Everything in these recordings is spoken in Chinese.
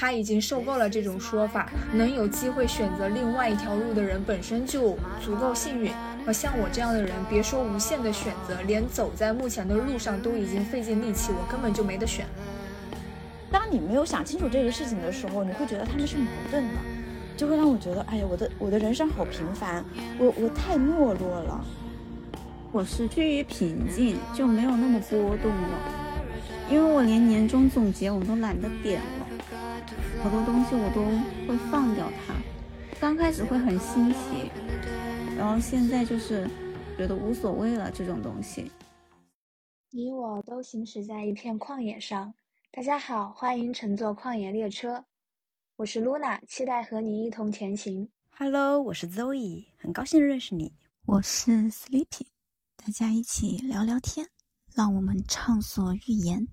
他已经受够了这种说法，能有机会选择另外一条路的人本身就足够幸运。而像我这样的人，别说无限的选择，连走在目前的路上都已经费尽力气，我根本就没得选。 当你没有想清楚这个事情的时候，你会觉得他们是矛盾的，就会让我觉得，哎呀，我的人生好平凡，我太懦弱了。 我是趋于平静，就没有那么波动了，因为我连年终总结我都懒得点了，好多东西我都会放掉它。刚开始会很欣喜，然后现在就是觉得无所谓了这种东西。 你我都行驶在一片旷野上，大家好，欢迎乘坐旷野列车，我是 Luna， 期待和你一同前行。 Hello， 我是 Zoe， 很高兴认识你。 我是 Sleepy， 大家一起聊聊天，让我们畅所欲言。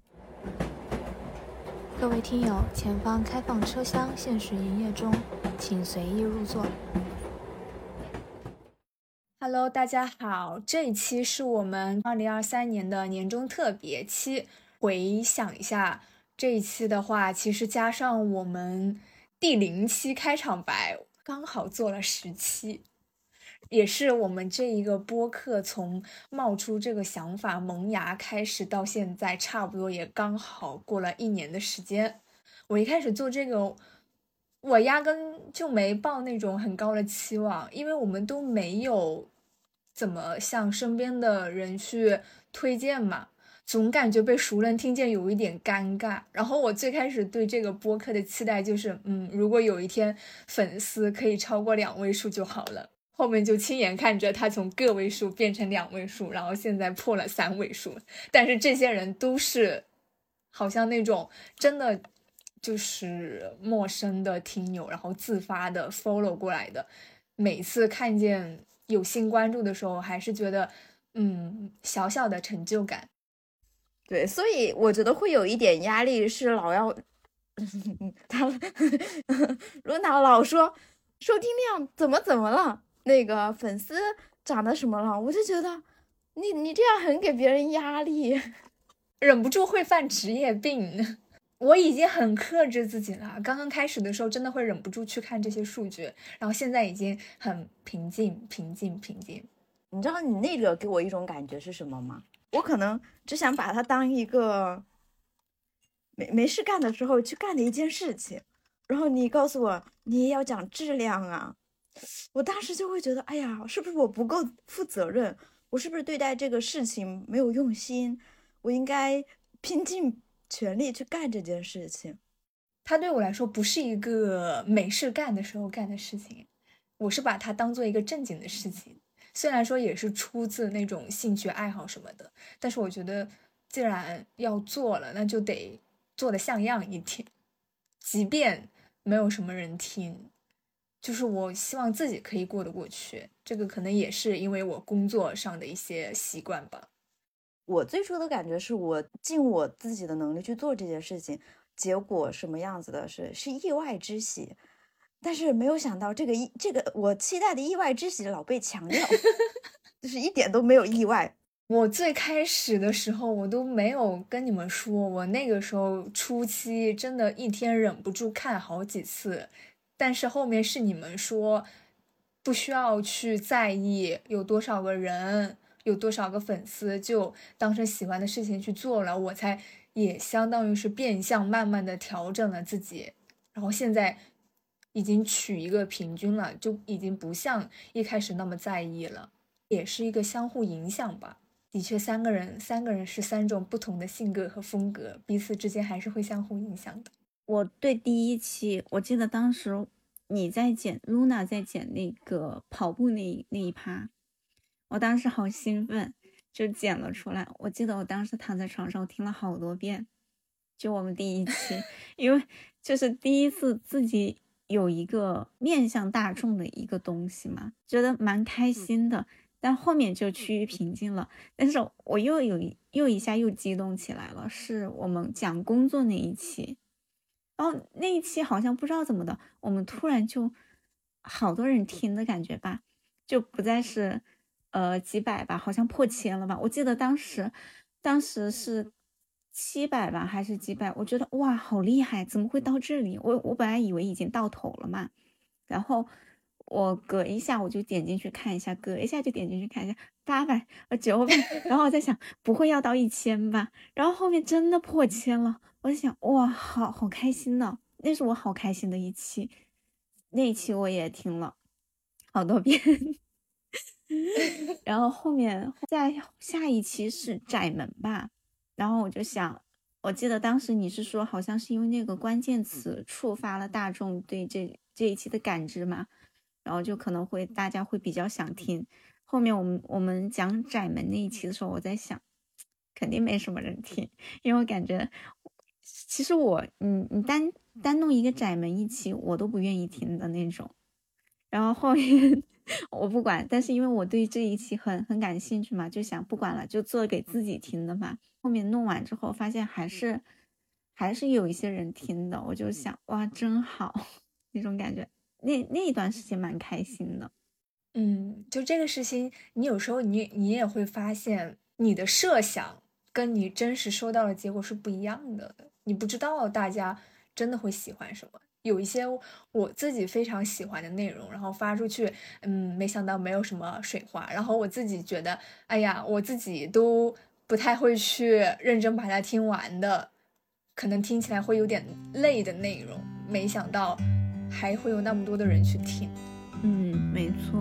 各位听友，前方开放车厢，限时营业中，请随意入座。Hello， 大家好，这一期是我们2023年的年终特别期。回想一下，这一期的话，其实加上我们第0期开场白，刚好做了10期。也是我们这一个播客从冒出这个想法萌芽开始到现在，差不多也刚好过了1年的时间。我一开始做这个，我压根就没抱那种很高的期望，因为我们都没有怎么向身边的人去推荐嘛，总感觉被熟人听见有一点尴尬。然后我最开始对这个播客的期待就是，如果有一天粉丝可以超过2位数就好了。后面就亲眼看着他从个位数变成2位数，然后现在破了3位数。但是这些人都是好像那种真的就是陌生的听友，然后自发的 follow 过来的。每次看见有新关注的时候，还是觉得小小的成就感。 对，所以我觉得会有一点压力，是老要他罗娜老说收听量怎么了，那个粉丝涨的什么了，我就觉得你这样很给别人压力， 忍不住会犯职业病。我已经很克制自己了，刚刚开始的时候真的会忍不住去看这些数据，然后现在已经很平静。 你知道你那个给我一种感觉是什么吗？我可能只想把它当一个没事干的时候去干的一件事情，然后你告诉我你也要讲质量啊，我当时就会觉得，哎呀，是不是我不够负责任？我是不是对待这个事情没有用心？我应该拼尽全力去干这件事情。 它对我来说不是一个没事干的时候干的事情，我是把它当做一个正经的事情。虽然说也是出自那种兴趣爱好什么的，但是我觉得既然要做了，那就得做得像样一点，即便没有什么人听，就是我希望自己可以过得过去。这个可能也是因为我工作上的一些习惯吧。 我最初的感觉是我尽我自己的能力去做这件事情，结果什么样子的是意外之喜，但是没有想到这个我期待的意外之喜老被强调，就是一点都没有意外。 我最开始的时候我都没有跟你们说，我那个时候初期真的一天忍不住看好几次，但是后面是你们说不需要去在意有多少个人，有多少个粉丝，就当成喜欢的事情去做了，我才也相当于是变相慢慢的调整了自己，然后现在已经取一个平均了，就已经不像一开始那么在意了，也是一个相互影响吧。的确，三个人是3种不同的性格和风格，彼此之间还是会相互影响的。 我对第1期，我记得当时你在剪 Luna 在剪那个跑步那一趴，我当时好兴奋，就剪了出来。我记得我当时躺在床上，我听了好多遍，就我们第1期，因为就是第一次自己有一个面向大众的一个东西嘛，觉得蛮开心的。但后面就趋于平静了，但是我又一下又激动起来了，是我们讲工作那一期，然后那一期好像不知道怎么的，我们突然就好多人听的感觉吧，就不再是几百吧，好像破1000了吧。我记得当时是 700吧，还是几百？我觉得哇，好厉害，怎么会到这里？我本来以为已经到头了嘛，然后我隔一下我就点进去看一下，隔一下就点进去看一下，800、900，然后我在想不会要到1000吧，然后后面真的破千了，我在想哇，好开心呢，那是我好开心的一期，那一期我也听了好多遍。然后后面在下一期是窄门吧，然后我就想，我记得当时你是说好像是因为那个关键词触发了大众对这一期的感知嘛，然后就可能会大家会比较想听。后面我们讲窄门那一期的时候，我在想，肯定没什么人听，因为我感觉其实你单弄一个窄门一期，我都不愿意听的那种。然后后面我不管，但是因为我对这一期很感兴趣嘛，就想不管了，就做给自己听的嘛。后面弄完之后，发现还是有一些人听的，我就想哇，真好那种感觉。那一段时间蛮开心的。 就这个事情，你有时候你也会发现，你的设想跟你真实收到的结果是不一样的。你不知道大家真的会喜欢什么。有一些我自己非常喜欢的内容，然后发出去，没想到没有什么水花。然后我自己觉得，哎呀，我自己都不太会去认真把它听完的，可能听起来会有点累的内容，没想到还会有那么多的人去听。 没错。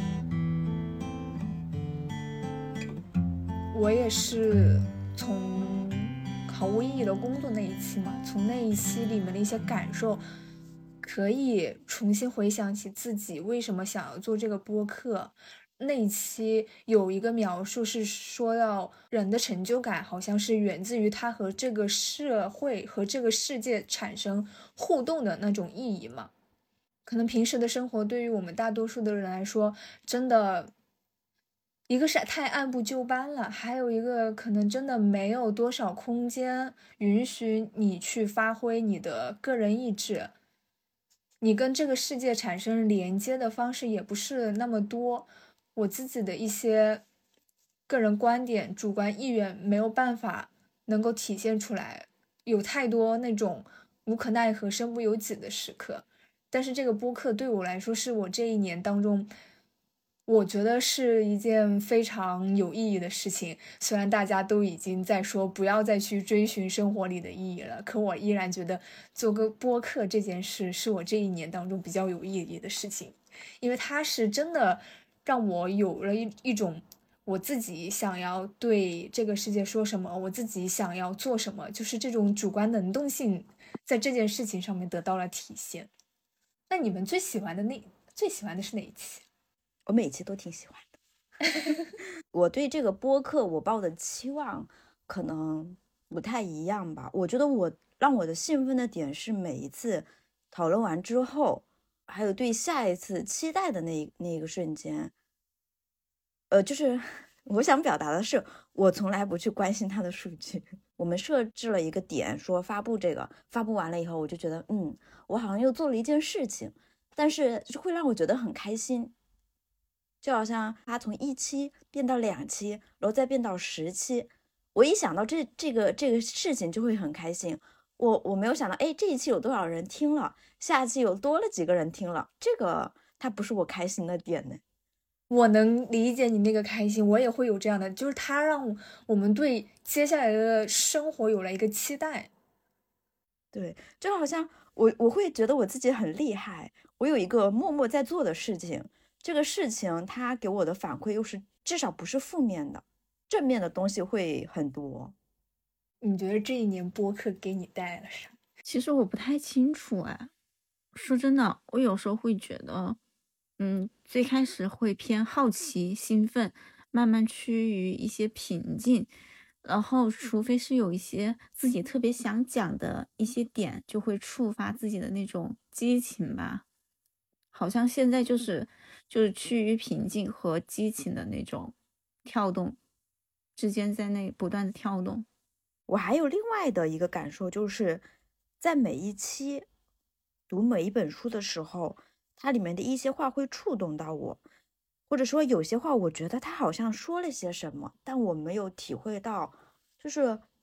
我也是从毫无意义的工作那一期嘛，从那一期里面的一些感受，可以重新回想起自己为什么想要做这个播客。那一期有一个描述是说到人的成就感好像是源自于他和这个社会和这个世界产生互动的那种意义嘛。可能平时的生活对于我们大多数的人来说，真的一个是太按部就班了，还有一个可能真的没有多少空间允许你去发挥你的个人意志，你跟这个世界产生连接的方式也不是那么多。我自己的一些个人观点、主观意愿没有办法能够体现出来，有太多那种无可奈何、身不由己的时刻。但是这个播客对我来说，是我这一年当中，我觉得是一件非常有意义的事情。虽然大家都已经在说不要再去追寻生活里的意义了，可我依然觉得做个播客这件事是我这一年当中比较有意义的事情，因为它是真的让我有了一种我自己想要对这个世界说什么，我自己想要做什么，就是这种主观能动性在这件事情上面得到了体现。那你们最喜欢的是哪一期？ 我每期都挺喜欢的。我对这个播客我抱的期望可能不太一样吧。我觉得让我的兴奋的点是每一次讨论完之后，还有对下一次期待的那个瞬间。就是我想表达的是，我从来不去关心它的数据。我们设置了一个点，说发布这个，发布完了以后，我就觉得，我好像又做了一件事情，但是会让我觉得很开心。就好像它从1期变到2期，然后再变到10期，我一想到这个事情就会很开心。我没有想到，这一期有多少人听了，下期有多了几个人听了，这个它不是我开心的点呢。 我能理解你那个开心，我也会有这样的，就是它让我们对接下来的生活有了一个期待。 对，就好像我会觉得我自己很厉害，我有一个默默在做的事情，这个事情它给我的反馈又是至少不是负面的，正面的东西会很多。 你觉得这一年播客给你带来了啥？ 其实我不太清楚哎，说真的，我有时候会觉得，最开始会偏好奇、兴奋，慢慢趋于一些平静，然后除非是有一些自己特别想讲的一些点，就会触发自己的那种激情吧。好像现在就是趋于平静和激情的那种跳动之间，在那不断的跳动。 我还有另外的一个感受，就是在每一期读每一本书的时候，它里面的一些话会触动到我，或者说有些话我觉得他好像说了些什么，但我没有体会到，就是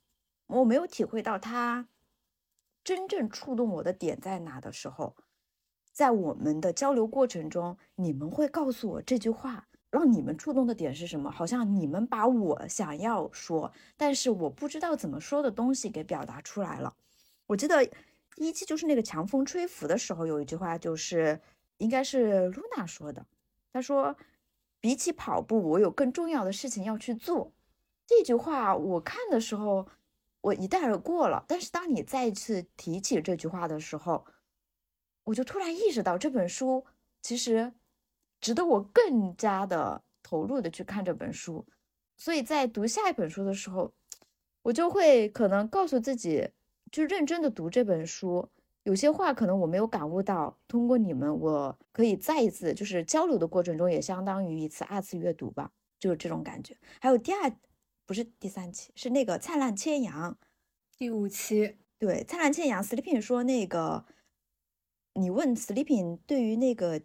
我没有体会到它真正触动我的点在哪的时候，在我们的交流过程中，你们会告诉我这句话让你们触动的点是什么，好像你们把我想要说但是我不知道怎么说的东西给表达出来了。我记得第一期就是那个强风吹拂的时候，有一句话就是应该是露娜说的，她说比起跑步我有更重要的事情要去做。这句话我看的时候我一带而过了，但是当你再次提起这句话的时候，我就突然意识到这本书其实值得我更加的投入的去看这本书。所以在读下一本书的时候，我就会可能告诉自己就认真的读这本书，有些话可能我没有感悟到，通过你们我可以再一次就是交流的过程中，也相当于一次二次阅读吧，就是这种感觉。还有不是第3期，是那个灿烂千阳第5期。 对，灿烂千阳 Sleeping 说那个你问 Sleeping 对于那个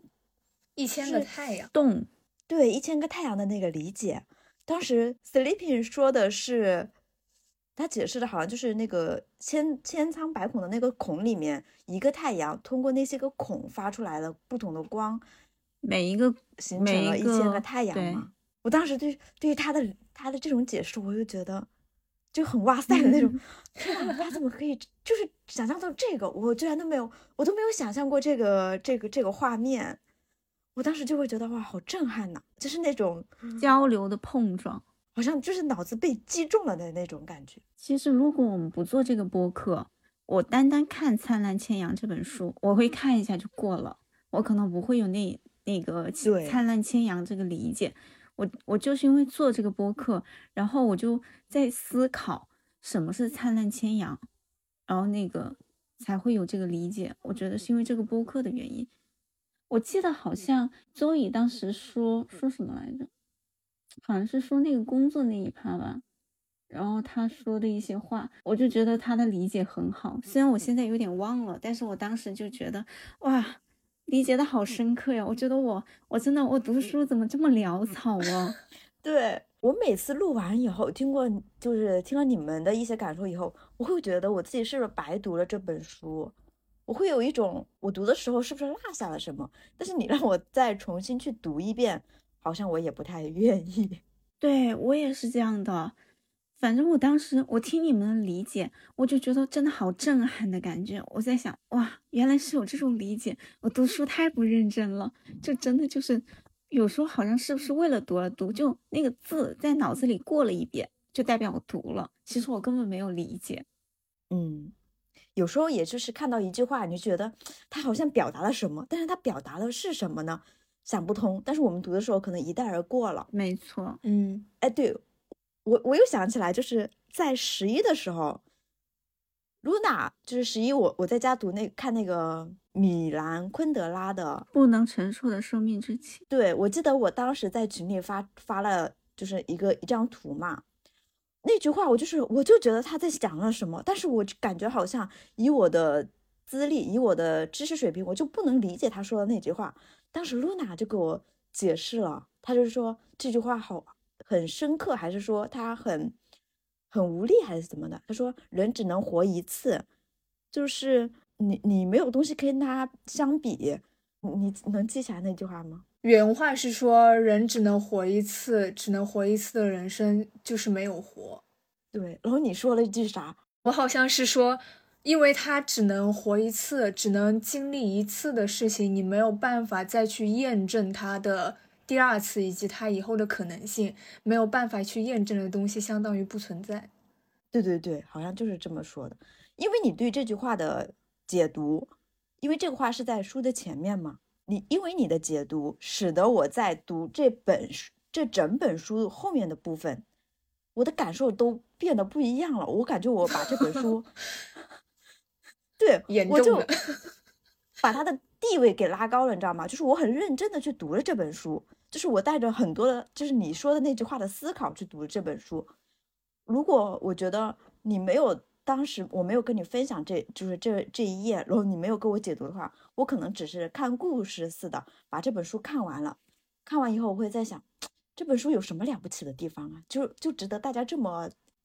1000个太阳动， 对1000个太阳的那个理解，当时 Sleeping 说的是他解释的好像就是那个千疮百孔的那个孔里面一个太阳通过那些个孔发出来了不同的光， 每一个形成了1000个太阳对嘛。我当时对于他的这种解释，我就觉得就很哇塞的那种天哪，他怎么可以就是想象到这个，我居然都没有想象过这个画面。我当时就会觉得哇好震撼呐，就是那种交流的碰撞， 好像就是脑子被击中了的那种感觉。 其实如果我们不做这个播客，我单看《灿烂千阳》这本书，我会看一下就过了，我可能不会有那个灿烂千阳这个理解。我就是因为做这个播客，然后我就在思考什么是灿烂千阳，然后那个才会有这个理解。我觉得是因为这个播客的原因。我记得好像周乙当时说什么来着，好像是说那个工作那一趴吧，然后他说的一些话，我就觉得他的理解很好，虽然我现在有点忘了，但是我当时就觉得哇，理解的好深刻呀！我觉得我真的我读书怎么这么潦草啊？ 对，我每次录完以后，听了你们的一些感受以后，我会觉得我自己是不是白读了这本书，我会有一种我读的时候是不是落下了什么，但是你让我再重新去读一遍，好像我也不太愿意。 对，我也是这样的。反正我当时我听你们的理解，我就觉得真的好震撼的感觉。我在想，哇，原来是有这种理解，我读书太不认真了，就真的就是有时候好像是不是为了读而读，就那个字在脑子里过了一遍，就代表我读了，其实我根本没有理解。 有时候也就是看到一句话，你就觉得他好像表达了什么，但是他表达的是什么呢？想不通。但是我们读的时候可能一带而过了。 没错， 哎，对，我又想起来，就是在11的时候，露娜就是11，我在家看那个米兰昆德拉的不能承受的生命之轻。 对，我记得我当时在群里发了就是一张图嘛，那句话我就觉得他在讲了什么，但是我感觉好像以我的资历，以我的知识水平，我就不能理解他说的那句话。当时露娜就给我解释了，他就是说这句话很深刻，还是说他很无力，还是怎么的？他说人只能活一次，就是你没有东西可以跟他相比。你能记下来那句话吗？ 原话是说人只能活一次，只能活一次的人生就是没有活。 对，然后你说了一句啥？ 我好像是说因为他只能活一次，只能经历一次的事情，你没有办法再去验证他的第2次以及他以后的可能性，没有办法去验证的东西相当于不存在。 对对对，好像就是这么说的。因为你对这句话的解读，因为这个话是在书的前面嘛，因为你的解读使得我在读这整本书后面的部分，我的感受都变得不一样了。我感觉我把这本书对，我就把它的地位给拉高了，你知道吗？就是我很认真的去读了这本书，就是我带着很多的就是你说的那句话的思考去读了这本书。如果我觉得当时我没有跟你分享这一页，然后你没有给我解读的话，我可能只是看故事似的把这本书看完了。看完以后我会在想，这本书有什么了不起的地方啊？就值得大家这么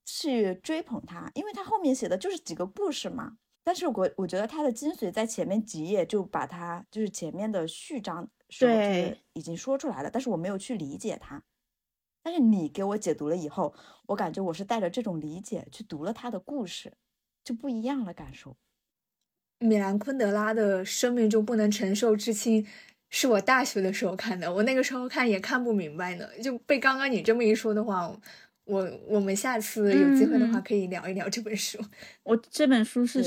去追捧他，因为他后面写的就是几个故事嘛。但是我觉得他的精髓在前面几页就把他就是前面的序章时候就是已经说出来了，但是我没有去理解他。但是你给我解读了以后，我感觉我是带着这种理解去读了他的故事，就不一样了感受。 米兰昆德拉的《生命中不能承受之轻》是我大学的时候看的，我那个时候看也看不明白呢，就被刚刚你这么一说的话，我们下次有机会的话可以聊一聊这本书。 我这本书是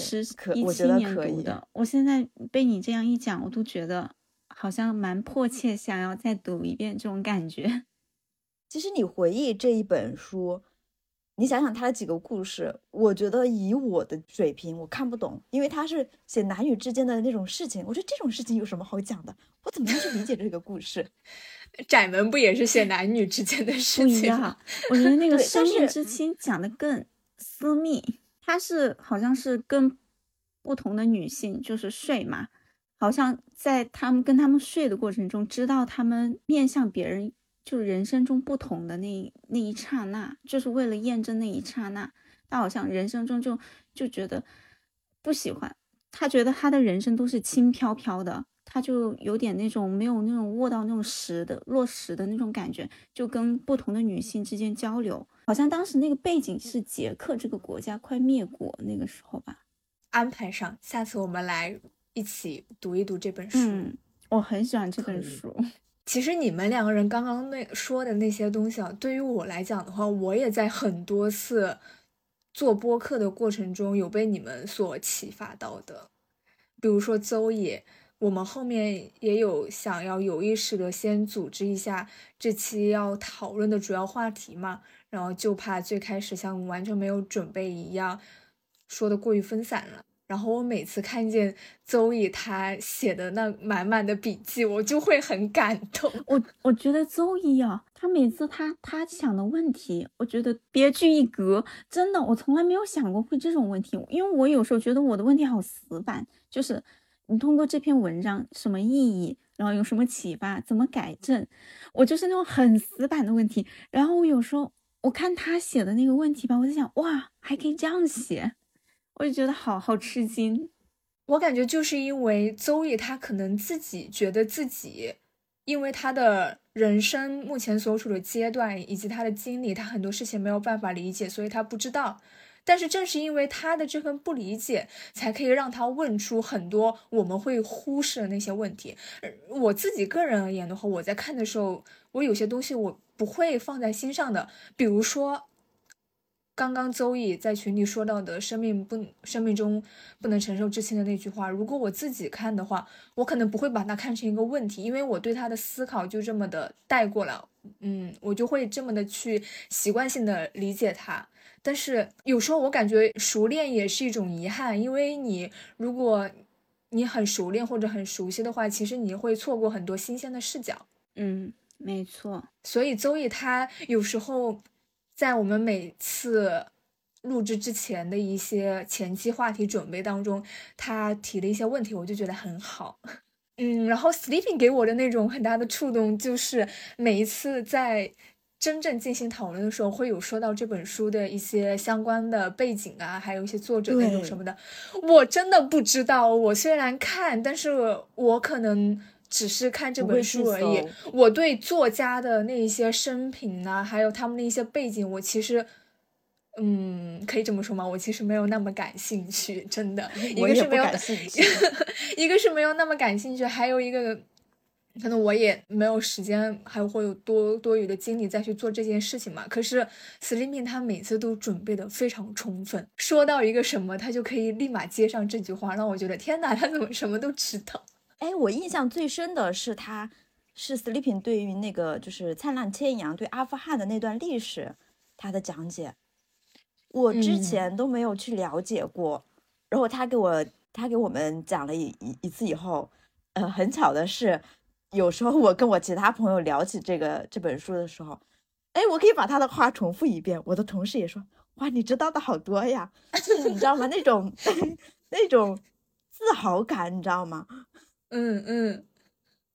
17年读的，我现在被你这样一讲，我都觉得好像蛮迫切想要再读一遍这种感觉。 其实你回忆这一本书，你想想他的几个故事，我觉得以我的水平我看不懂，因为他是写男女之间的那种事情，我觉得这种事情有什么好讲的，我怎么样去理解这个故事？ 窄门不也是写男女之间的事情吗？ 不一样，我觉得那个生命之轻讲的更私密，他是好像是跟不同的女性就是睡嘛，好像在他们跟他们睡的过程中，知道他们面向别人就是人生中不同的那一刹那，就是为了验证那一刹那，他好像人生中就觉得不喜欢，他觉得他的人生都是轻飘飘的，他就有点那种没有那种握到那种落实的那种感觉，就跟不同的女性之间交流，好像当时那个背景是捷克这个国家快灭国那个时候吧。 安排上，下次我们来一起读一读这本书。 我很喜欢这本书。 其实你们两个人刚刚说的那些东西啊，对于我来讲的话，我也在很多次做播客的过程中有被你们所启发到的。比如说邹野，我们后面也有想要有意识的先组织一下这期要讨论的主要话题嘛，然后就怕最开始像完全没有准备一样说的过于分散了。然后我每次看见邹野他写的那满满的笔记，我就会很感动。 我觉得邹野啊，他每次他想的问题，我觉得别具一格，真的，我从来没有想过会这种问题，因为我有时候觉得我的问题好死板，就是你通过这篇文章什么意义，然后有什么启发，怎么改正，我就是那种很死板的问题。然后我有时候我看他写的那个问题吧，我在想，哇，还可以这样写。我就觉得好吃惊。 我感觉就是因为邹野他可能自己觉得自己因为他的人生目前所处的阶段以及他的经历，他很多事情没有办法理解，所以他不知道。但是正是因为他的这份不理解，才可以让他问出很多我们会忽视的那些问题。我自己个人而言的话，我在看的时候，我有些东西我不会放在心上的，比如说刚刚邹野在群里说到的生命中不能承受之轻的那句话，如果我自己看的话，我可能不会把它看成一个问题，因为我对他的思考就这么的带过了，我就会这么的去习惯性的理解它。但是有时候我感觉熟练也是一种遗憾，因为如果你很熟练或者很熟悉的话，其实你会错过很多新鲜的视角。 没错。 所以邹野他有时候在我们每次录制之前的一些前期话题准备当中，他提的一些问题，我就觉得很好。然后 Sleeping 给我的那种很大的触动，就是每一次在真正进行讨论的时候，会有说到这本书的一些相关的背景啊，还有一些作者那种什么的，我真的不知道。我虽然看，但是我可能只是看这本书而已，我对作家的那一些生平啊，还有他们的一些背景，我其实可以这么说吗？我其实没有那么感兴趣，真的。一个是没有感兴趣，一个是没有那么感兴趣，还有一个可能我也没有时间，还会有多余的精力再去做这件事情嘛。可是 Sleeping 他每次都准备的非常充分，说到一个什么，他就可以立马接上这句话，让我觉得天哪，他怎么什么都知道？ 我印象最深的是Sleeping 对于那个就是灿烂千阳对阿富汗的那段历史他的讲解，我之前都没有去了解过。然后他给我们讲了一次以后，很巧的是，有时候我跟我其他朋友聊起这本书的时候，我可以把他的话重复一遍，我的同事也说，哇，你知道的好多呀，就是你知道吗？那种自豪感，你知道吗？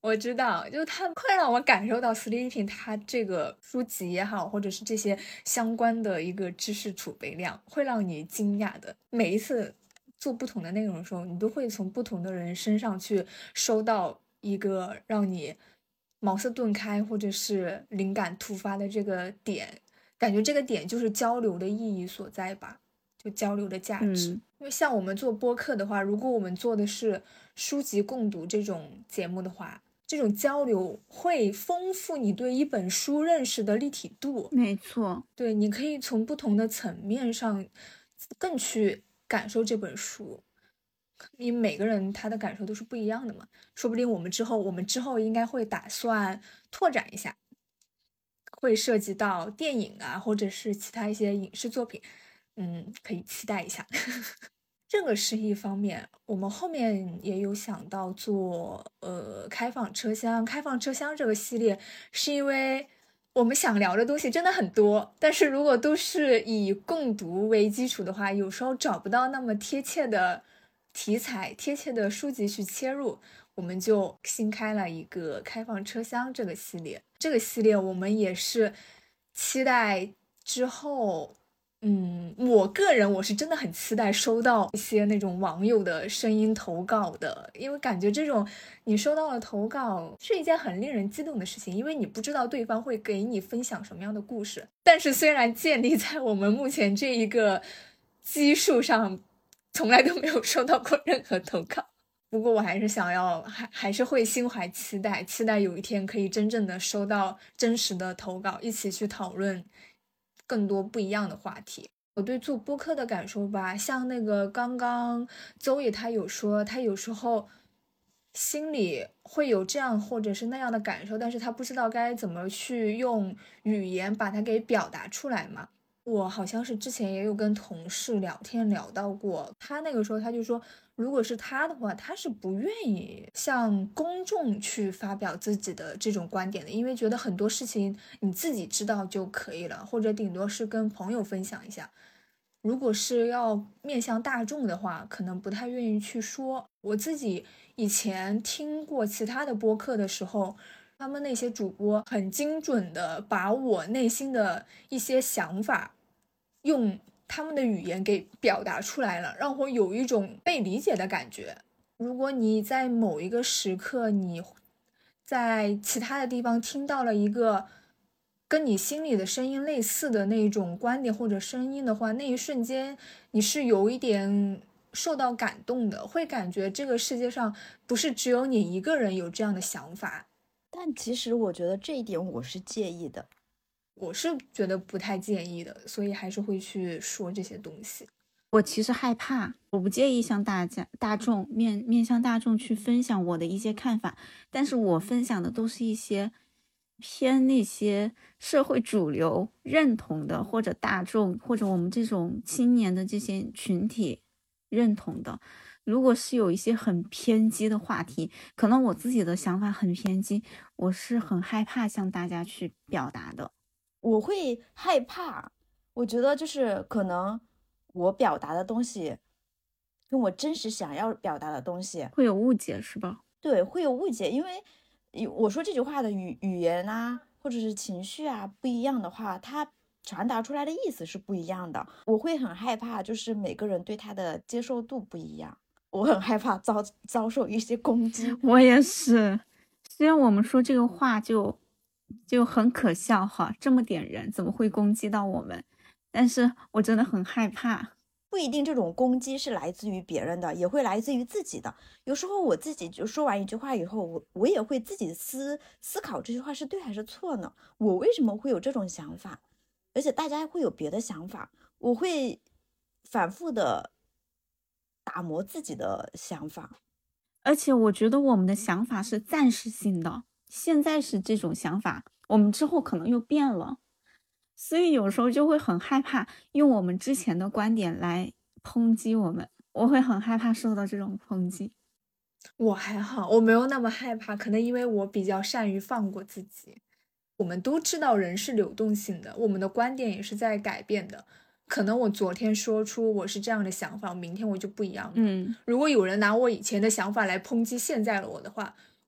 我知道，就它会让我感受到 Sleeping 它这个书籍也好，或者是这些相关的一个知识储备量，会让你惊讶的。每一次做不同的内容的时候，你都会从不同的人身上去收到一个让你茅塞顿开或者是灵感突发的这个点，感觉这个点就是交流的意义所在吧，就交流的价值。因为像我们做播客的话，如果我们做的是书籍共读这种节目的话，这种交流会丰富你对一本书认识的立体度。 没错， 对，你可以从不同的层面上更去感受这本书，因为每个人他的感受都是不一样的嘛。说不定我们之后应该会打算拓展一下，会涉及到电影啊，或者是其他一些影视作品，可以期待一下。这个是一方面，我们后面也有想到做开放车厢这个系列，是因为我们想聊的东西真的很多，但是如果都是以共读为基础的话，有时候找不到那么贴切的题材、贴切的书籍去切入，我们就新开了一个开放车厢这个系列。这个系列我们也是期待之后。我个人我是真的很期待收到一些那种网友的声音投稿的，因为感觉这种你收到了投稿是一件很令人激动的事情，因为你不知道对方会给你分享什么样的故事。但是虽然建立在我们目前这一个基数上，从来都没有收到过任何投稿，不过我还是想要还是会心怀期待有一天可以真正的收到真实的投稿，一起去讨论更多不一样的话题。我对做播客的感受吧，像那个刚刚周也他有说，他有时候心里会有这样或者是那样的感受，但是他不知道该怎么去用语言把它给表达出来嘛。我好像是之前也有跟同事聊天聊到过，他那个时候他就说，如果是他的话，他是不愿意向公众去发表自己的这种观点的，因为觉得很多事情你自己知道就可以了，或者顶多是跟朋友分享一下。如果是要面向大众的话，可能不太愿意去说。我自己以前听过其他的播客的时候，他们那些主播很精准的把我内心的一些想法用他们的语言给表达出来了，让我有一种被理解的感觉。如果你在某一个时刻，你在其他的地方听到了一个跟你心里的声音类似的那种观点或者声音的话，那一瞬间你是有一点受到感动的，会感觉这个世界上不是只有你一个人有这样的想法。 但其实我觉得这一点我是介意的， 我是觉得不太介意的，所以还是会去说这些东西。 我其实害怕，我不介意向大众面向大众去分享我的一些看法，但是我分享的都是一些偏那些社会主流认同的，或者大众或者我们这种青年的这些群体认同的。如果是有一些很偏激的话题，可能我自己的想法很偏激，我是很害怕向大家去表达的。 我会害怕，我觉得就是可能我表达的东西跟我真实想要表达的东西会有误解是吧？ 对，会有误解，因为我说这句话的语言啊，或者是情绪啊不一样的话，它传达出来的意思是不一样的。我会很害怕，就是每个人对它的接受度不一样，我很害怕遭受一些攻击。 我也是，虽然我们说这个话就很可笑哈，这么点人怎么会攻击到我们？但是我真的很害怕。 不一定这种攻击是来自于别人的，也会来自于自己的。有时候我自己就说完一句话以后，我也会自己思考这句话是对还是错呢？我为什么会有这种想法？而且大家会有别的想法，我会反复的打磨自己的想法。 而且我觉得我们的想法是暂时性的，现在是这种想法，我们之后可能又变了。所以有时候就会很害怕用我们之前的观点来抨击我们，我会很害怕受到这种抨击。 我还好，我没有那么害怕，可能因为我比较善于放过自己。我们都知道人是流动性的，我们的观点也是在改变的。可能我昨天说出我是这样的想法，明天我就不一样了。如果有人拿我以前的想法来抨击现在的我的话，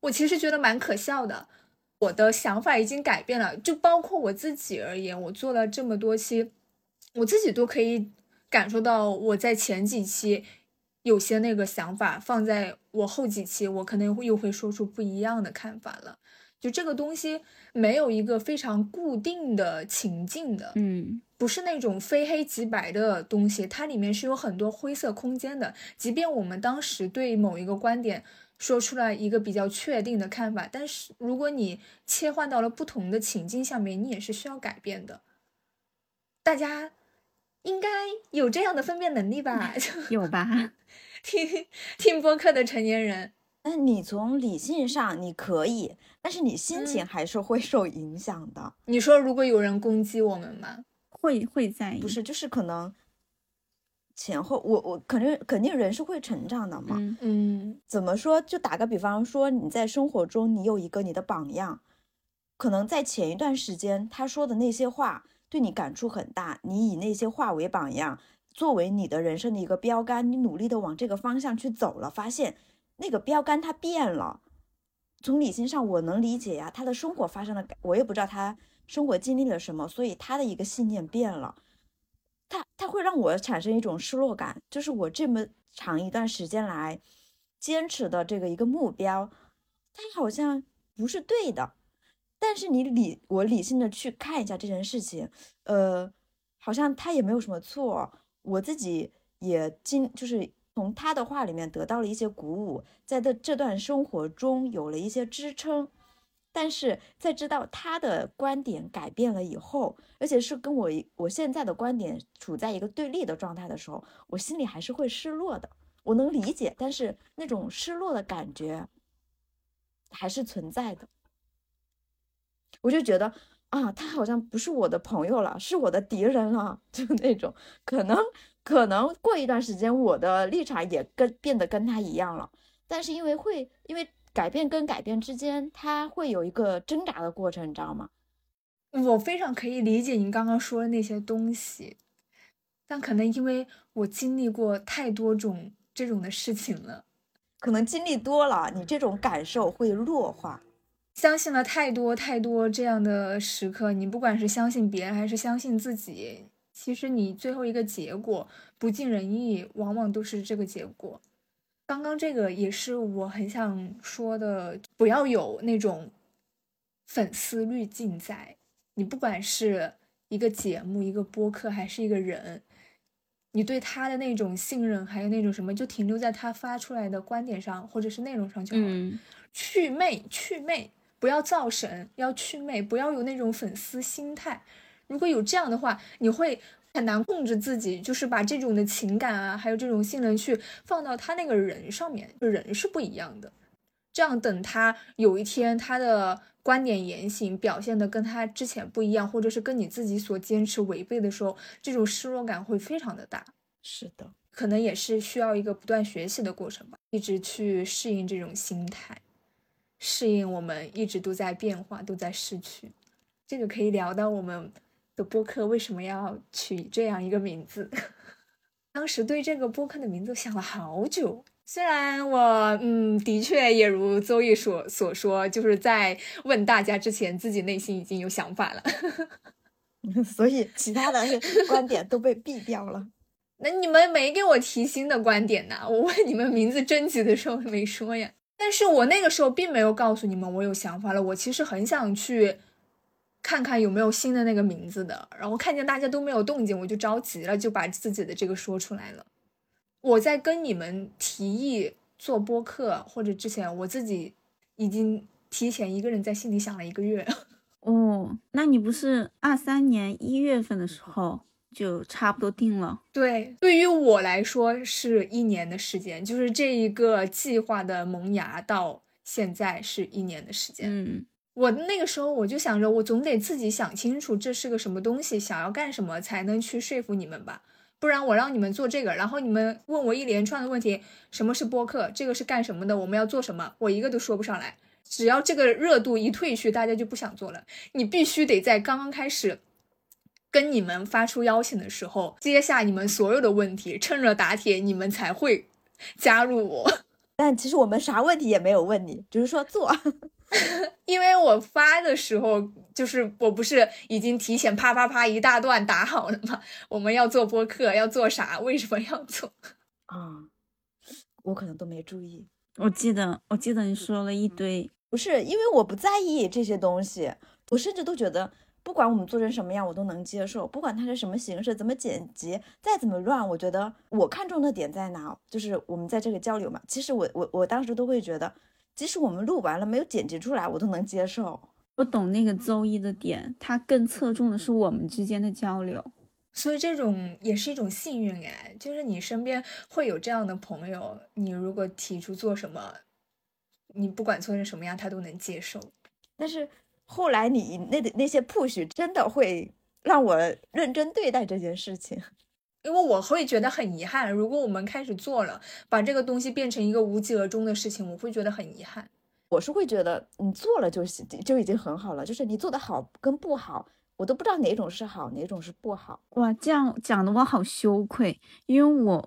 我其实觉得蛮可笑的。我的想法已经改变了，就包括我自己而言，我做了这么多期，我自己都可以感受到我在前几期有些那个想法，放在我后几期我可能又会说出不一样的看法了。就这个东西没有一个非常固定的情境的，不是那种非黑即白的东西，它里面是有很多灰色空间的。即便我们当时对某一个观点说出来一个比较确定的看法，但是如果你切换到了不同的情境下面，你也是需要改变的。大家应该有这样的分辨能力吧？ 有吧？ 听播客的成年人， 那你从理性上你可以，但是你心情还是会受影响的。 你说如果有人攻击我们吗？ 会在意， 不是，就是可能前后我肯定人是会成长的嘛。怎么说？就打个比方说，你在生活中你有一个你的榜样，可能在前一段时间他说的那些话对你感触很大，你以那些话为榜样，作为你的人生的一个标杆，你努力的往这个方向去走了，发现那个标杆它变了。从理性上我能理解呀，他的生活发生了，我也不知道他生活经历了什么，所以他的一个信念变了，他会让我产生一种失落感，就是我这么长一段时间来坚持的这个一个目标，它好像不是对的。但是我理性的去看一下这件事情，好像他也没有什么错，我自己也就是从他的话里面得到了一些鼓舞，在这段生活中有了一些支撑。但是在知道他的观点改变了以后，而且是跟我现在的观点处在一个对立的状态的时候，我心里还是会失落的。我能理解，但是那种失落的感觉还是存在的。我就觉得啊，他好像不是我的朋友了，是我的敌人了，就那种可能过一段时间我的立场也变得跟他一样了，但是因为改变跟改变之间，它会有一个挣扎的过程，你知道吗？ 我非常可以理解您刚刚说的那些东西，但可能因为我经历过太多种这种的事情了， 可能经历多了，你这种感受会弱化。 相信了太多太多这样的时刻，你不管是相信别人还是相信自己，其实你最后一个结果不尽人意，往往都是这个结果。刚刚这个也是我很想说的，不要有那种粉丝滤镜在。你不管是一个节目、一个播客还是一个人，你对他的那种信任还有那种什么，就停留在他发出来的观点上或者是内容上就好了。祛魅，不要造神，要祛魅，不要有那种粉丝心态。如果有这样的话，你会很难控制自己，就是把这种的情感啊，还有这种信任去放到他那个人上面，人是不一样的。这样等他有一天他的观点言行表现的跟他之前不一样，或者是跟你自己所坚持违背的时候，这种失落感会非常的大。 是的， 可能也是需要一个不断学习的过程吧，一直去适应这种心态，适应我们一直都在变化，都在失去。这个可以聊到我们的播客为什么要取这样一个名字。当时对这个播客的名字想了好久，虽然我的确也如邹毅所说，就是在问大家之前自己内心已经有想法了。 所以其他的观点都被毙掉了。 那你们没给我提新的观点呢？我问你们名字征集的时候没说呀。但是我那个时候并没有告诉你们我有想法了，我其实很想去看看有没有新的那个名字的，然后看见大家都没有动静，我就着急了，就把自己的这个说出来了。我在跟你们提议做播客或者之前，我自己已经提前一个人在心里想了1个月。 哦，那你不是23年1月份的时候就差不多定了？ 对，对于我来说是1年的时间，就是这一个计划的萌芽到现在是1年的时间。我那个时候我就想着，我总得自己想清楚这是个什么东西，想要干什么才能去说服你们吧，不然我让你们做这个，然后你们问我一连串的问题，什么是播客，这个是干什么的，我们要做什么，我一个都说不上来。只要这个热度一退去，大家就不想做了。你必须得在刚刚开始跟你们发出邀请的时候接下你们所有的问题，趁热打铁，你们才会加入我。 但其实我们啥问题也没有问你，只是说做。 因为我发的时候，就是我不是已经提前啪啪啪一大段打好了吗？我们要做播客，要做啥？为什么要做？ 啊，我可能都没注意。 我记得你说了一堆， 不是因为我不在意这些东西，我甚至都觉得，不管我们做成什么样，我都能接受。不管它是什么形式，怎么剪辑，再怎么乱，我觉得我看中的点在哪，就是我们在这个交流嘛。其实我当时都会觉得，即使我们录完了没有剪辑出来，我都能接受。 我懂那个周一的点，他更侧重的是我们之间的交流。 所以这种也是一种幸运哎，就是你身边会有这样的朋友，你如果提出做什么，你不管做成什么样，他都能接受。 但是后来你那些 push 真的会让我认真对待这件事情。 因为我会觉得很遗憾，如果我们开始做了，把这个东西变成一个无疾而终的事情，我会觉得很遗憾。 我是会觉得你做了就已经很好了，就是你做的好跟不好，我都不知道哪种是好，哪种是不好。 哇，这样讲的我好羞愧，因为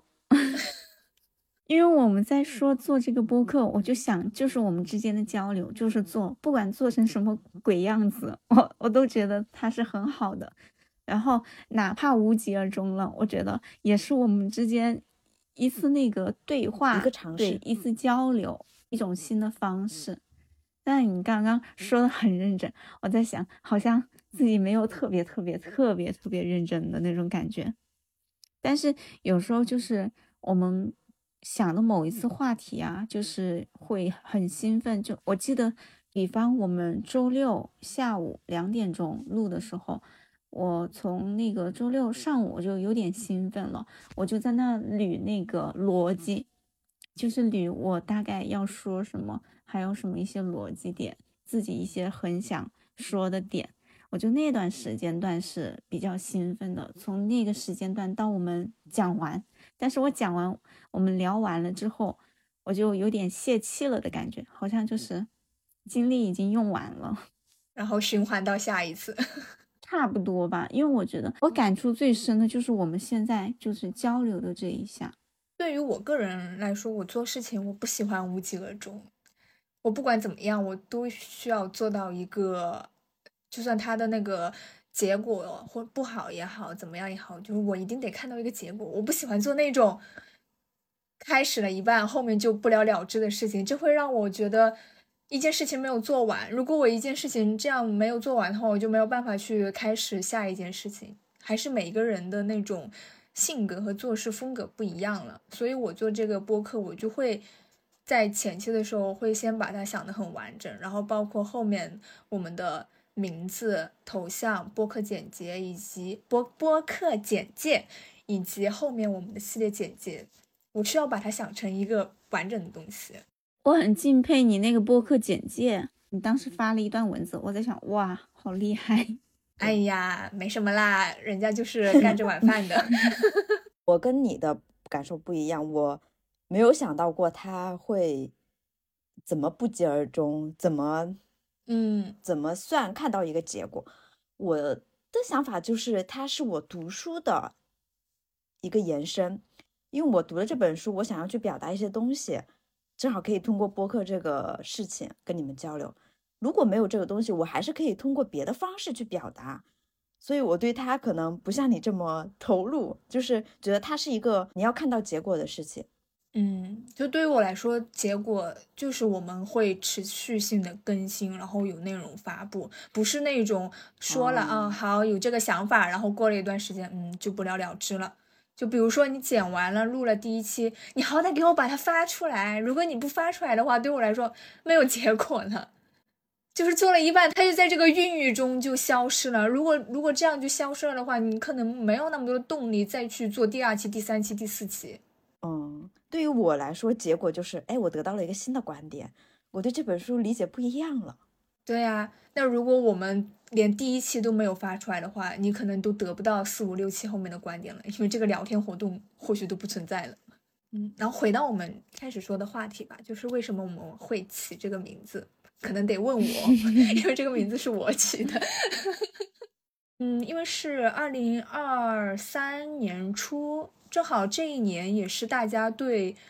我们在说做这个播客，我就想就是我们之间的交流，就是做，不管做成什么鬼样子，我都觉得它是很好的。然后哪怕无疾而终了，我觉得也是我们之间一次那个对话， 一个尝试， 对，一次交流，一种新的方式。但你刚刚说的很认真，我在想，好像自己没有特别认真的那种感觉。但是有时候就是我们想的某一次话题啊，就是会很兴奋。就我记得，比方我们周六下午2点钟录的时候，我从那个周六上午我就有点兴奋了，我就在那捋那个逻辑，就是捋我大概要说什么，还有什么一些逻辑点，自己一些很想说的点。我就那段时间段是比较兴奋的，从那个时间段到我们讲完，但是我讲完，我们聊完了之后，我就有点泄气了的感觉，好像就是精力已经用完了， 然后循环到下一次。 差不多吧。因为我觉得我感触最深的就是我们现在就是交流的这一下。 对于我个人来说，我做事情我不喜欢无疾而终，我不管怎么样，我都需要做到一个，就算他的那个结果或不好也好，怎么样也好，就是我一定得看到一个结果。我不喜欢做那种开始了一半后面就不了了之的事情，这会让我觉得一件事情没有做完。如果我一件事情这样没有做完的话，我就没有办法去开始下一件事情。还是每一个人的那种性格和做事风格不一样了，所以我做这个播客，我就会在前期的时候会先把它想得很完整，然后包括后面我们的名字、头像、播客简介以及播客简介以及后面我们的系列简介，我需要把它想成一个完整的东西。 我很敬佩你那个播客简介，你当时发了一段文字，我在想，哇，好厉害。 哎呀，没什么啦，人家就是干这碗饭的。 我跟你的感受不一样，我没有想到过他会怎么不疾而终，怎么算看到一个结果。我的想法就是它是我读书的一个延伸，因为我读了这本书，我想要去表达一些东西，正好可以通过播客这个事情跟你们交流。如果没有这个东西，我还是可以通过别的方式去表达，所以我对它可能不像你这么投入，就是觉得它是一个你要看到结果的事情。 就对于我来说，结果就是我们会持续性的更新，然后有内容发布，不是那种说了好有这个想法，然后过了一段时间就不了了之了。就比如说你剪完了录了第1期，你好歹给我把它发出来，如果你不发出来的话，对我来说没有结果了。就是做了一半，它就在这个孕育中就消失了。如果这样就消失了的话，你可能没有那么多的动力再去做第2期、第3期、第4期。 对于我来说，结果就是，我得到了一个新的观点，我对这本书理解不一样了。 对呀，那如果我们连第1期都没有发出来的话，你可能都得不到4、5、6期后面的观点了，因为这个聊天活动或许都不存在了。然后回到我们开始说的话题吧，就是为什么我们会起这个名字，可能得问我，因为这个名字是我起的。因为是2023年初，正好这一年也是大家对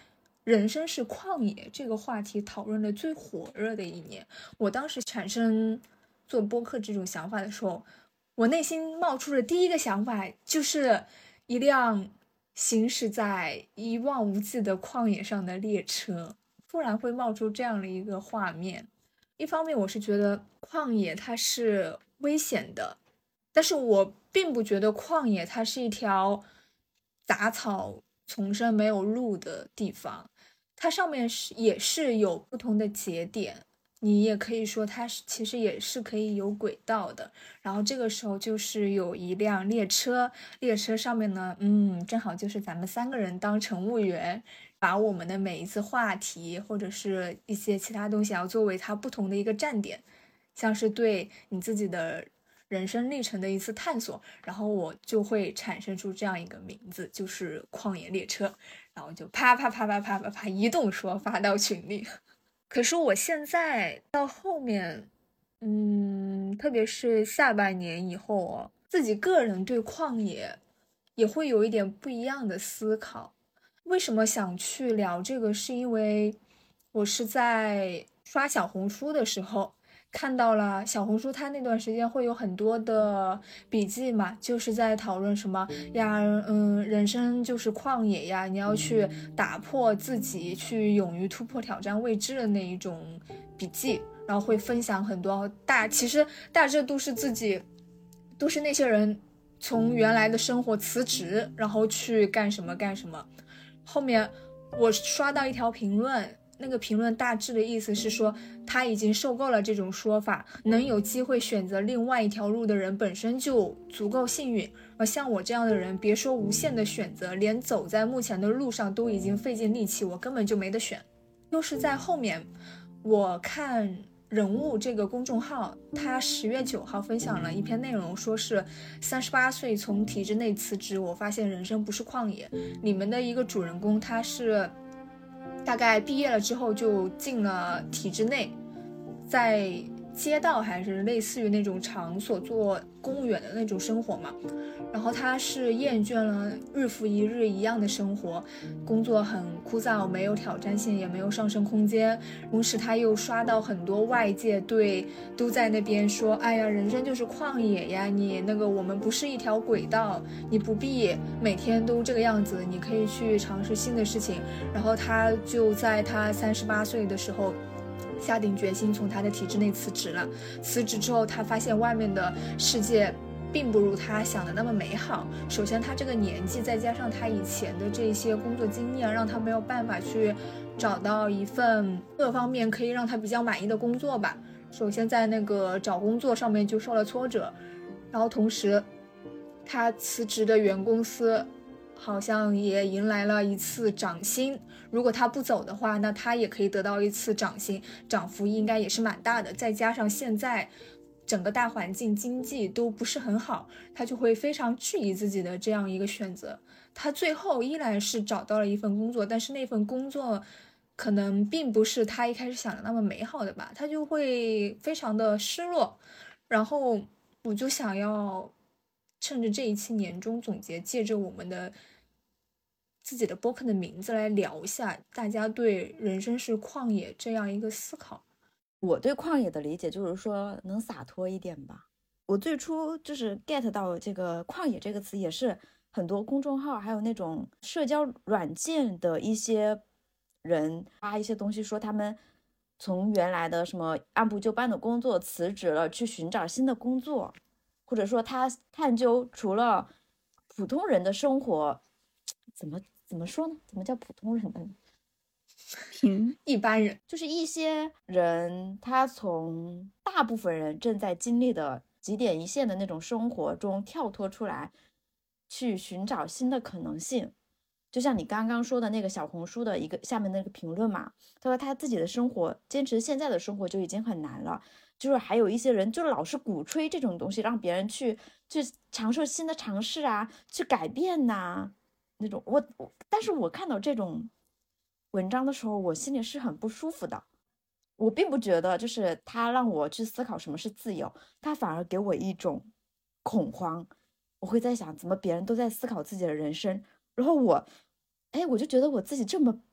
人生是旷野这个话题讨论的最火热的一年。我当时产生做播客这种想法的时候，我内心冒出的第一个想法就是一辆行驶在一望无际的旷野上的列车，突然会冒出这样的一个画面。一方面我是觉得旷野它是危险的，但是我并不觉得旷野它是一条杂草丛生没有路的地方，它上面也是有不同的节点，你也可以说它其实也是可以有轨道的。然后这个时候就是有一辆列车，列车上面呢，正好就是咱们3个人当乘务员，把我们的每一次话题或者是一些其他东西要作为它不同的一个站点，像是对你自己的人生历程的一次探索，然后我就会产生出这样一个名字，就是旷野列车，然后就啪啪啪啪啪啪啪移动说发到群里。可是我现在到后面，特别是下半年以后哦，自己个人对旷野也会有一点不一样的思考。为什么想去聊这个？是因为我是在刷小红书的时候看到了小红书，它那段时间会有很多的笔记嘛，就是在讨论什么呀，人生就是旷野呀，你要去打破自己，去勇于突破挑战未知的那一种笔记，然后会分享很多其实大致都是那些人从原来的生活辞职，然后去干什么干什么。后面我刷到一条评论，那个评论大致的意思是说，他已经受够了这种说法，能有机会选择另外一条路的人本身就足够幸运，而像我这样的人，别说无限的选择，连走在目前的路上都已经费尽力气，我根本就没得选。又是在后面，我看人物这个公众号，他10月9号分享了一篇内容，说是38岁从体制内辞职，我发现人生不是旷野。里面的一个主人公，他是大概毕业了之后就进了体制内，在街道还是类似于那种场所做公务员的那种生活嘛。然后他是厌倦了日复一日一样的生活，工作很枯燥，没有挑战性，也没有上升空间。同时他又刷到很多外界都在那边说，哎呀，人生就是旷野呀，你那个我们不是一条轨道，你不必每天都这个样子，你可以去尝试新的事情。然后他就在他38岁的时候下定决心从他的体制内辞职了。辞职之后，他发现外面的世界并不如他想的那么美好。首先他这个年纪，再加上他以前的这些工作经验，让他没有办法去找到一份各方面可以让他比较满意的工作吧。首先在那个找工作上面就受了挫折，然后同时他辞职的原公司好像也迎来了一次涨薪，如果他不走的话，那他也可以得到一次涨薪，涨幅应该也是蛮大的。再加上现在整个大环境经济都不是很好，他就会非常质疑自己的这样一个选择。他最后依然是找到了一份工作，但是那份工作可能并不是他一开始想的那么美好的吧，他就会非常的失落。然后我就想要趁着这一期年终总结，借着我们的自己的播客的名字来聊一下大家对人生是旷野这样一个思考。 我对旷野的理解就是说能洒脱一点吧。我最初就是 get 到这个旷野这个词，也是很多公众号还有那种社交软件的一些人发一些东西，说他们从原来的什么按部就班的工作辞职了，去寻找新的工作，或者说他探究除了普通人的生活，怎么说呢？怎么叫普通人呢？ 一般人， 就是一些人，他从大部分人正在经历的几点一线的那种生活中跳脱出来，去寻找新的可能性。就像你刚刚说的那个小红书的一个下面那个评论嘛，他说他自己的生活坚持现在的生活就已经很难了，就是还有一些人就老是鼓吹这种东西，让别人去尝试新的尝试啊，去改变呐，那种但是我看到这种文章的时候，我心里是很不舒服的。我并不觉得就是他让我去思考什么是自由，他反而给我一种恐慌。我会在想，怎么别人都在思考自己的人生，然后我就觉得我自己这么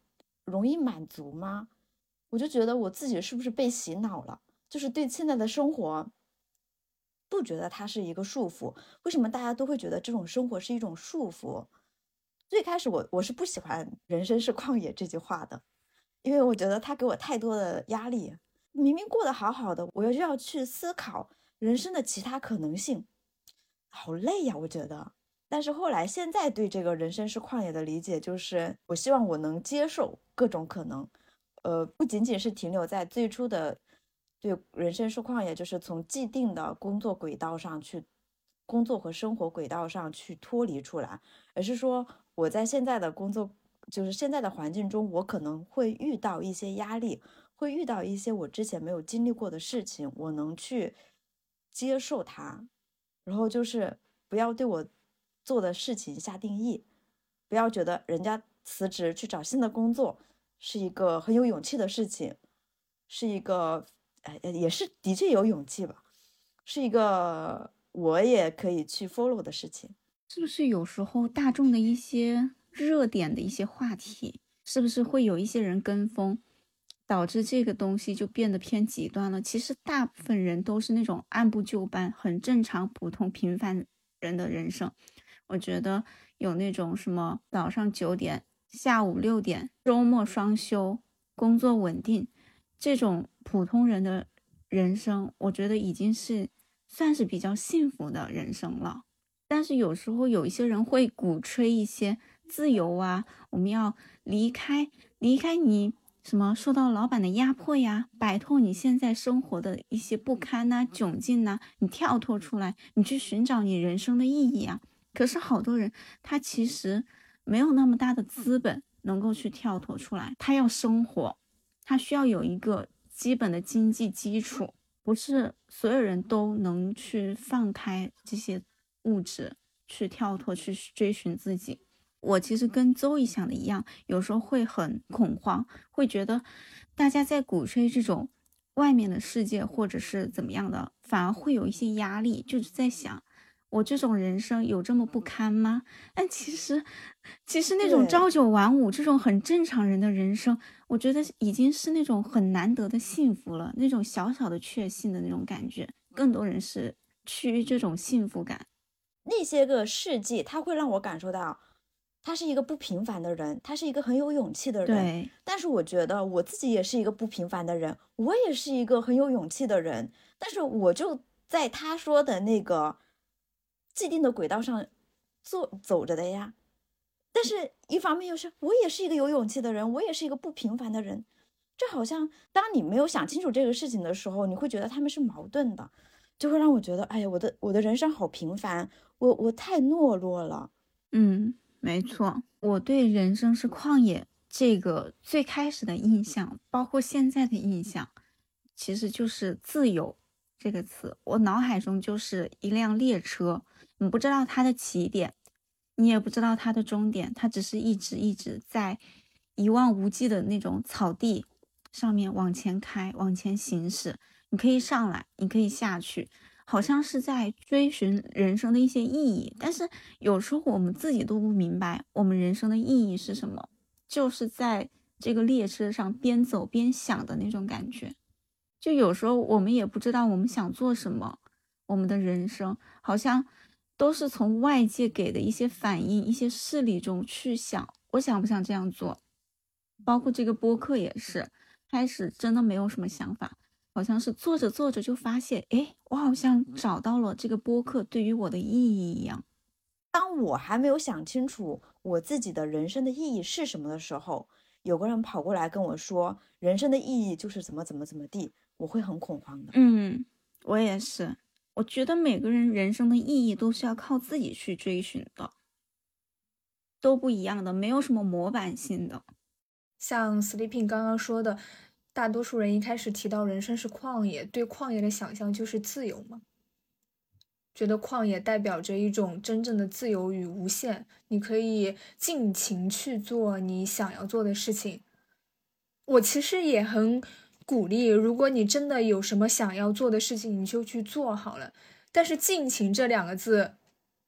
容易满足吗？我就觉得我自己是不是被洗脑了，就是对现在的生活不觉得它是一个束缚。为什么大家都会觉得这种生活是一种束缚？最开始我是不喜欢人生是旷野这句话的，因为我觉得它给我太多的压力。明明过得好好的，我又要去思考人生的其他可能性，好累呀，我觉得。但是后来现在对这个人生是旷野的理解，就是我希望我能接受各种可能，不仅仅是停留在最初的对人生是旷野，就是从既定的工作轨道上去，工作和生活轨道上去脱离出来，而是说我在现在的工作，就是现在的环境中，我可能会遇到一些压力，会遇到一些我之前没有经历过的事情，我能去接受它，然后就是不要对我做的事情下定义，不要觉得人家辞职去找新的工作是一个很有勇气的事情，是一个也是的确有勇气吧，是一个我也可以去 follow 的事情。 是不是有时候大众的一些热点的一些话题，是不是会有一些人跟风，导致这个东西就变得偏极端了？其实大部分人都是那种按部就班、很正常、普通、平凡人的人生。我觉得有那种什么早上9点、下午6点、周末双休、工作稳定，这种普通人的人生，我觉得已经是算是比较幸福的人生了。但是有时候有一些人会鼓吹一些自由啊，我们要离开你什么受到老板的压迫呀，摆脱你现在生活的一些不堪呐、窘境呐，你跳脱出来，你去寻找你人生的意义啊。可是好多人他其实没有那么大的资本能够去跳脱出来，他要生活，他需要有一个基本的经济基础，不是所有人都能去放开这些物质去跳脱去追寻自己。我其实跟周一想的一样，有时候会很恐慌，会觉得大家在鼓吹这种外面的世界或者是怎么样的，反而会有一些压力，就是在想我这种人生有这么不堪吗？但其实那种朝九晚五这种很正常人的人生，我觉得已经是那种很难得的幸福了，那种小小的确幸的那种感觉，更多人是趋于这种幸福感。 那些个事迹，它会让我感受到他是一个不平凡的人，他是一个很有勇气的人。 对， 但是我觉得我自己也是一个不平凡的人，我也是一个很有勇气的人，但是我就在他说的那个既定的轨道上走着的呀。但是一方面又是我也是一个有勇气的人，我也是一个不平凡的人，这好像当你没有想清楚这个事情的时候，你会觉得他们是矛盾的，就会让我觉得，哎呀，我的人生好平凡，我太懦弱了。 没错，我对人生是旷野这个最开始的印象，包括现在的印象，其实就是自由这个词。我脑海中就是一辆列车，你不知道它的起点，你也不知道它的终点，它只是一直在一望无际的那种草地上面往前开，往前行驶。你可以上来，你可以下去，好像是在追寻人生的一些意义，但是有时候我们自己都不明白我们人生的意义是什么，就是在这个列车上边走边想的那种感觉。就有时候我们也不知道我们想做什么，我们的人生好像都是从外界给的一些反应、一些事例中去想，我想不想这样做。包括这个播客也是，开始真的没有什么想法，好像是做着做着就发现，诶，我好像找到了这个播客对于我的意义一样。 当我还没有想清楚我自己的人生的意义是什么的时候，有个人跑过来跟我说人生的意义就是怎么地，我会很恐慌的。 我也是，我觉得每个人人生的意义都是要靠自己去追寻的，都不一样的，没有什么模板性的。 像 Sleeping 刚刚说的，大多数人一开始提到人生是旷野，对旷野的想象就是自由嘛，觉得旷野代表着一种真正的自由与无限，你可以尽情去做你想要做的事情。我其实也很鼓励，如果你真的有什么想要做的事情，你就去做好了。但是尽情这2个字，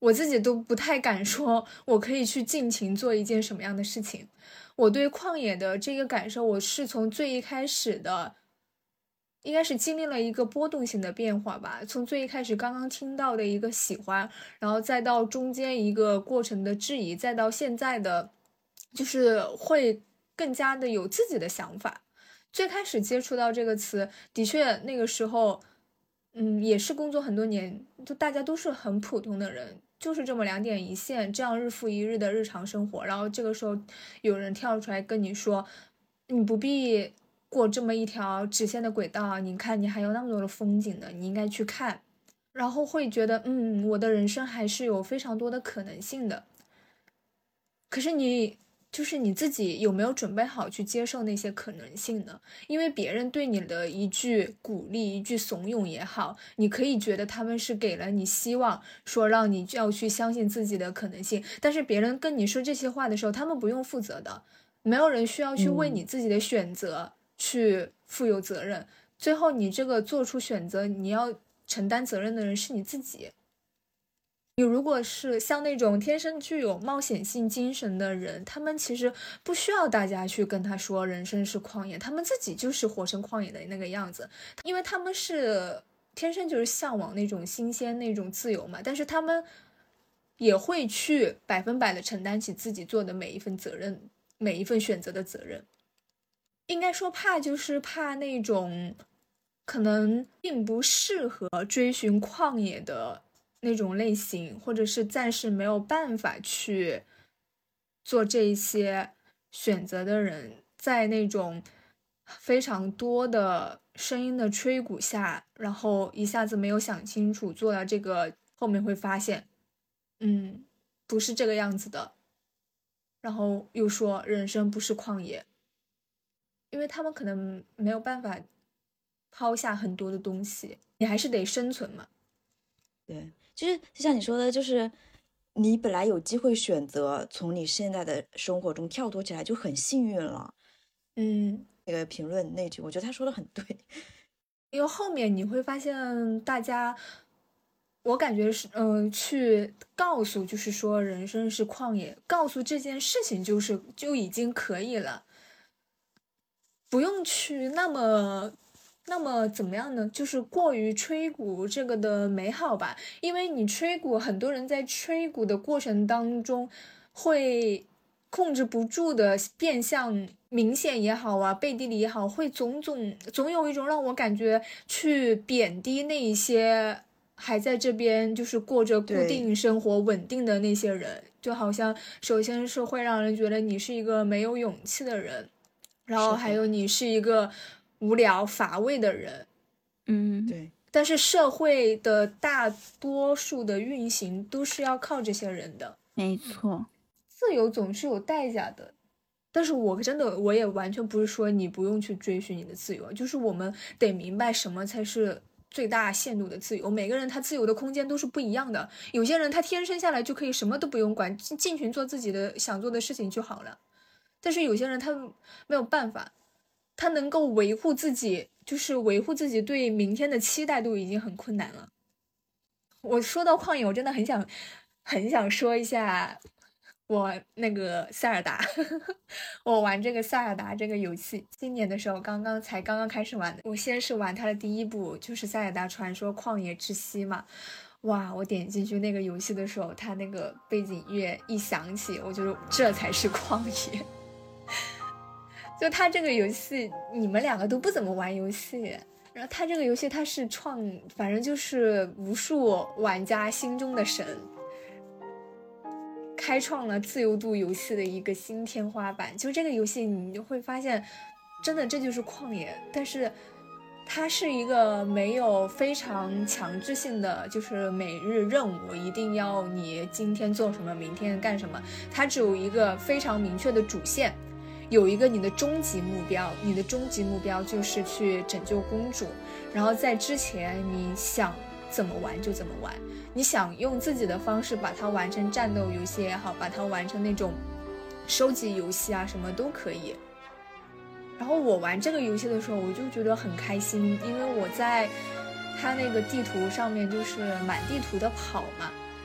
我自己都不太敢说我可以去尽情做一件什么样的事情。我对旷野的这个感受，我是从最一开始的，应该是经历了一个波动性的变化吧。从最一开始刚刚听到的一个喜欢，然后再到中间一个过程的质疑，再到现在的就是会更加的有自己的想法。最开始接触到这个词，的确那个时候也是工作很多年，就大家都是很普通的人，就是这么两点一线，这样日复一日的日常生活。然后这个时候有人跳出来跟你说，你不必过这么一条直线的轨道，你看你还有那么多的风景呢，你应该去看。然后会觉得我的人生还是有非常多的可能性的。可是就是你自己有没有准备好去接受那些可能性呢？因为别人对你的一句鼓励，一句怂恿也好，你可以觉得他们是给了你希望，说让你要去相信自己的可能性。但是别人跟你说这些话的时候，他们不用负责的，没有人需要去为你自己的选择去负有责任。最后你这个做出选择，你要承担责任的人是你自己。你如果是像那种天生具有冒险性精神的人，他们其实不需要大家去跟他说人生是旷野，他们自己就是活成旷野的那个样子，因为他们是天生就是向往那种新鲜那种自由嘛，但是他们也会去100%的承担起自己做的每一份责任，每一份选择的责任。应该说怕就是怕那种可能并不适合追寻旷野的那种类型，或者是暂时没有办法去做这些选择的人，在那种非常多的声音的吹鼓下，然后一下子没有想清楚做了这个，后面会发现不是这个样子的，然后又说人生不是旷野，因为他们可能没有办法抛下很多的东西，你还是得生存嘛。 对，就是就像你说的，就是你本来有机会选择从你现在的生活中跳脱起来，就很幸运了。那个评论那句，我觉得他说的很对。 因为后面你会发现，大家，我感觉是，去告诉，就是说人生是旷野，告诉这件事情就已经可以了，不用去那么怎么样呢？就是过于吹鼓这个的美好吧，因为你吹鼓，很多人在吹鼓的过程当中会控制不住的变相明显也好啊，背地里也好，会总有一种让我感觉去贬低那一些还在这边就是过着固定生活稳定的那些人，就好像首先是会让人觉得你是一个没有勇气的人，然后还有你是一个无聊乏味的人。 对。 但是社会的大多数的运行都是要靠这些人的。 没错， 自由总是有代价的。但是我也完全不是说你不用去追寻你的自由，就是我们得明白什么才是最大限度的自由。每个人他自由的空间都是不一样的，有些人他天生下来就可以什么都不用管，尽情做自己的想做的事情就好了。但是有些人他没有办法，他能够维护自己，就是维护自己对明天的期待都已经很困难了。我说到旷野，我真的很想说一下我那个塞尔达我玩这个塞尔达这个游戏，今年的时候刚刚开始玩的。我先是玩它的第一部，就是塞尔达传说旷野之息嘛。哇，我点进去那个游戏的时候，它那个背景乐一响起，我就这才是旷野。就它这个游戏，你们两个都不怎么玩游戏，然后它这个游戏它是反正就是无数玩家心中的神，开创了自由度游戏的一个新天花板。就这个游戏你就会发现，真的这就是旷野，但是它是一个没有非常强制性的，就是每日任务一定要你今天做什么明天干什么，它只有一个非常明确的主线，有一个你的终极目标，你的终极目标就是去拯救公主，然后在之前你想怎么玩就怎么玩，你想用自己的方式把它玩成战斗游戏也好，把它玩成那种收集游戏啊，什么都可以。然后我玩这个游戏的时候，我就觉得很开心，因为我在它那个地图上面就是满地图的跑嘛，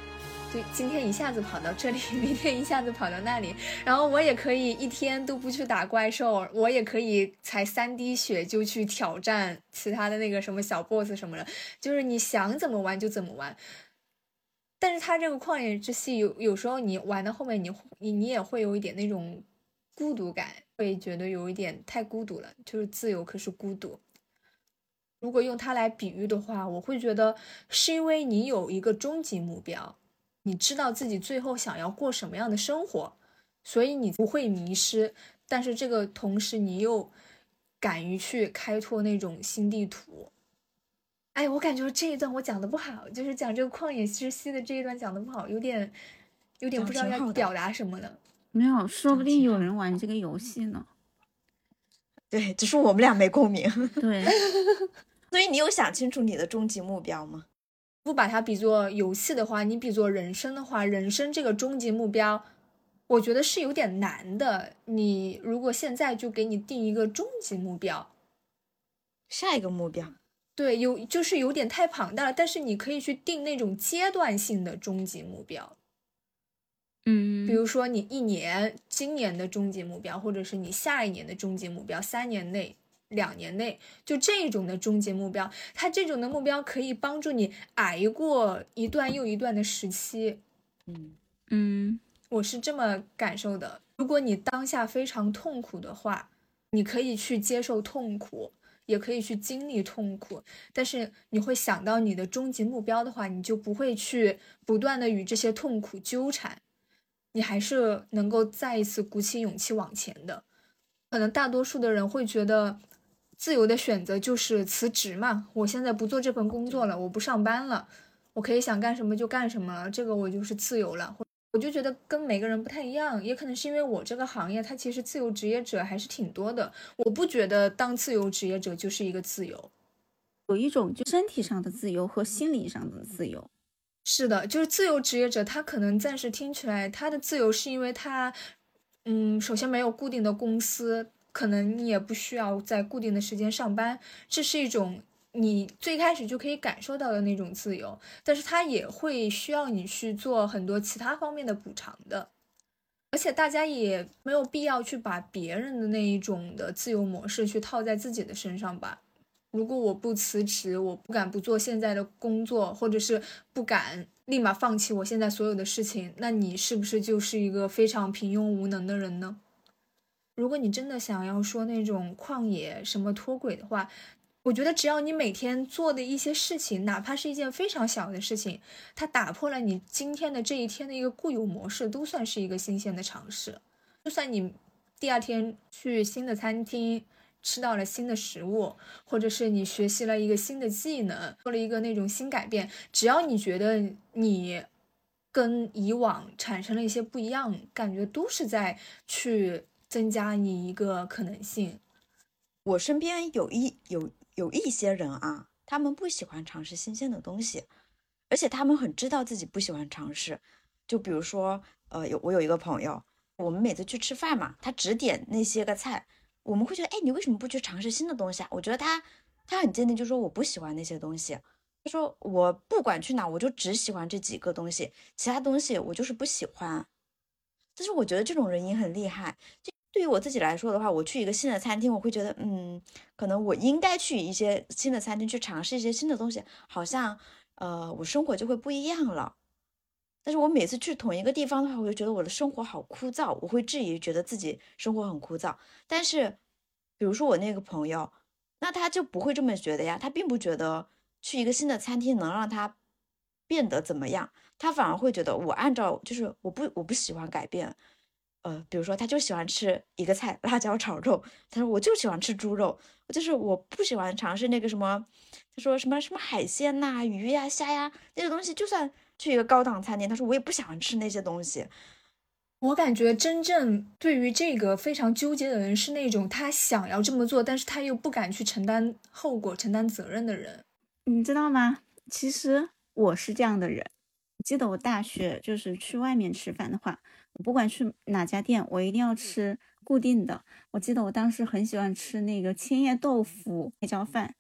就今天一下子跑到这里，明天一下子跑到那里，然后我也可以一天都不去打怪兽，我也可以才3滴血就去挑战其他的那个什么小 boss 什么的，就是你想怎么玩就怎么玩。但是它这个旷野之息有时候你玩到后面你也会有一点那种孤独感，会觉得有一点太孤独了，就是自由可是孤独。如果用它来比喻的话，我会觉得是因为你有一个终极目标，你知道自己最后想要过什么样的生活，所以你不会迷失，但是这个同时你又敢于去开拓那种新地图。哎，我感觉这一段我讲的不好，就是讲这个旷野之息的这一段讲的不好，有点不知道要表达什么了。 没有，说不定有人玩这个游戏呢。 对，只是我们俩没共鸣。 对， 所以你有想清楚你的终极目标吗？ 不把它比作游戏的话，你比作人生的话，人生这个终极目标，我觉得是有点难的。你如果现在就给你定一个终极目标， 下一个目标， 对，就是有点太庞大了。但是你可以去定那种阶段性的终极目标，比如说你今年的终极目标，或者是你下一年的终极目标，3年内、2年内，就这种的终极目标，它这种的目标可以帮助你挨过一段又一段的时期。我是这么感受的。如果你当下非常痛苦的话，你可以去接受痛苦，也可以去经历痛苦，但是你会想到你的终极目标的话，你就不会去不断的与这些痛苦纠缠，你还是能够再一次鼓起勇气往前的。可能大多数的人会觉得自由的选择就是辞职嘛，我现在不做这份工作了，我不上班了，我可以想干什么就干什么了，这个我就是自由了。我就觉得跟每个人不太一样，也可能是因为我这个行业它其实自由职业者还是挺多的，我不觉得当自由职业者就是一个自由， 有一种就身体上的自由和心理上的自由。 是的，就是自由职业者他可能暂时听起来他的自由是因为他首先没有固定的公司，可能你也不需要在固定的时间上班，这是一种你最开始就可以感受到的那种自由，但是它也会需要你去做很多其他方面的补偿的，而且大家也没有必要去把别人的那一种的自由模式去套在自己的身上吧。如果我不辞职，我不敢不做现在的工作，或者是不敢立马放弃我现在所有的事情，那你是不是就是一个非常平庸无能的人呢？如果你真的想要说那种旷野什么脱轨的话，我觉得只要你每天做的一些事情，哪怕是一件非常小的事情，它打破了你今天的这一天的一个固有模式，都算是一个新鲜的尝试。就算你第二天去新的餐厅吃到了新的食物，或者是你学习了一个新的技能，做了一个那种新改变，只要你觉得你跟以往产生了一些不一样，感觉都是在去增加你一个可能性。 我身边有一些人啊，他们不喜欢尝试新鲜的东西，而且他们很知道自己不喜欢尝试。就比如说，我有一个朋友，我们每次去吃饭嘛，他只点那些个菜，我们会觉得，哎，你为什么不去尝试新的东西啊？我觉得他很坚定，就说我不喜欢那些东西。他说我不管去哪，我就只喜欢这几个东西，其他东西我就是不喜欢。但是我觉得这种人也很厉害。就对于我自己来说的话，我去一个新的餐厅，我会觉得，可能我应该去一些新的餐厅去尝试一些新的东西，好像，我生活就会不一样了。但是我每次去同一个地方的话，我就觉得我的生活好枯燥，我会质疑，觉得自己生活很枯燥。但是，比如说我那个朋友，那他就不会这么觉得呀，他并不觉得去一个新的餐厅能让他变得怎么样，他反而会觉得我按照就是我不喜欢改变。比如说他就喜欢吃一个菜辣椒炒肉，他说我就喜欢吃猪肉，就是我不喜欢尝试那个什么，他说什么海鲜呐、鱼呀、虾呀那些东西，就算去一个高档餐厅，他说我也不喜欢吃那些东西。 我感觉真正对于这个非常纠结的人是那种他想要这么做，但是他又不敢去承担后果、承担责任的人。 你知道吗？其实我是这样的人。我记得我大学就是去外面吃饭的话，我不管去哪家店，我一定要吃固定的。我记得我当时很喜欢吃那个千叶豆腐黑椒饭，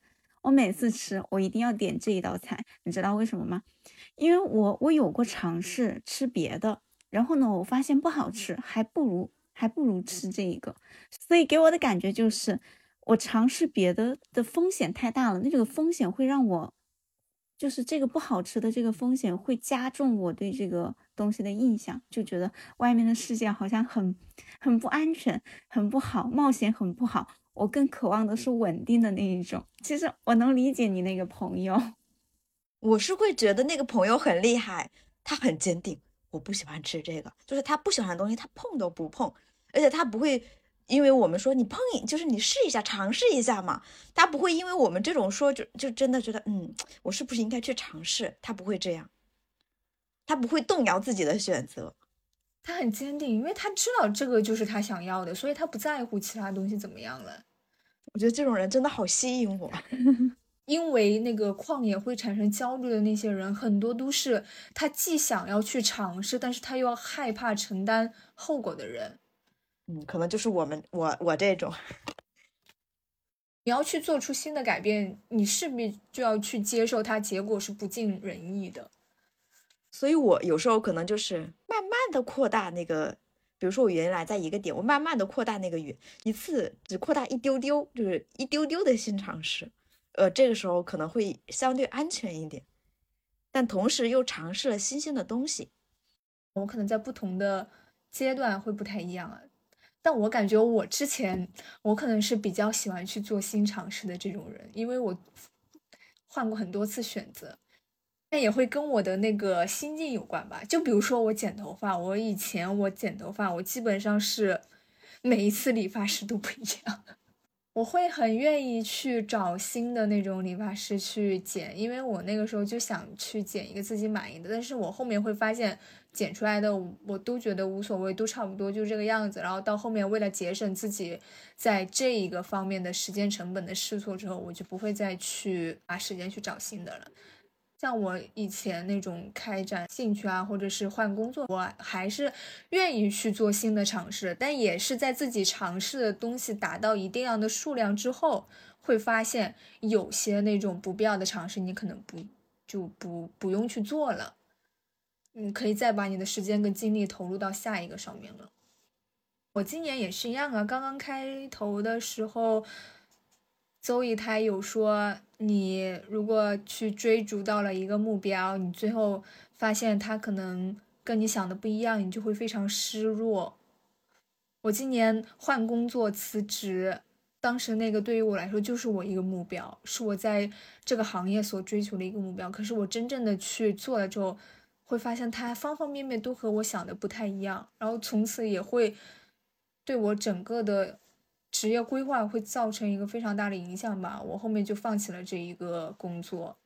我每次吃，我一定要点这一道菜，你知道为什么吗？因为我有过尝试吃别的，然后呢，我发现不好吃，还不如吃这一个，所以给我的感觉就是，我尝试别的风险太大了，那这个风险会让我，就是这个不好吃的这个风险会加重我对这个东西的印象，就觉得外面的世界好像很不安全，很不好，冒险很不好。我更渴望的是稳定的那一种。其实我能理解你那个朋友。 我是会觉得那个朋友很厉害，他很坚定，我不喜欢吃这个，就是他不喜欢的东西他碰都不碰，而且他不会因为我们说你碰一，就是你试一下尝试一下嘛，他不会因为我们这种说就真的觉得我是不是应该去尝试，他不会这样，他不会动摇自己的选择。 他很坚定，因为他知道这个就是他想要的，所以他不在乎其他东西怎么样了。 我觉得这种人真的好吸引我。 因为那个旷野会产生焦虑的那些人，很多都是他既想要去尝试，但是他又要害怕承担后果的人。 可能就是我这种。 你要去做出新的改变，你势必就要去接受它结果是不尽人意的。 所以我有时候可能就是慢慢的扩大那个，比如说我原来在一个点，我慢慢的扩大那个圆，一次只扩大一丢丢，就是一丢丢的新尝试，这个时候可能会相对安全一点，但同时又尝试了新鲜的东西。 我可能在不同的阶段会不太一样啊，但我感觉我之前我可能是比较喜欢去做新尝试的这种人，因为我换过很多次选择。那也会跟我的那个心境有关吧。就比如说我剪头发，我以前我剪头发，我基本上是每一次理发师都不一样。我会很愿意去找新的那种理发师去剪，因为我那个时候就想去剪一个自己满意的。但是我后面会发现，剪出来的我都觉得无所谓，都差不多就这个样子。然后到后面为了节省自己在这一个方面的时间成本的试错之后，我就不会再去花时间去找新的了。像我以前那种开展兴趣啊，或者是换工作，我还是愿意去做新的尝试，但也是在自己尝试的东西达到一定样的数量之后，会发现有些那种不必要的尝试，你可能不用去做了，你可以再把你的时间跟精力投入到下一个上面了。我今年也是一样啊，刚刚开头的时候。周易他有说，你如果去追逐到了一个目标，你最后发现他可能跟你想的不一样，你就会非常失落。我今年换工作辞职，当时那个对于我来说就是我一个目标，是我在这个行业所追求的一个目标。可是我真正的去做了之后，会发现它方方面面都和我想的不太一样，然后从此也会对我整个的职业规划会造成一个非常大的影响吧。我后面就放弃了这一个工作，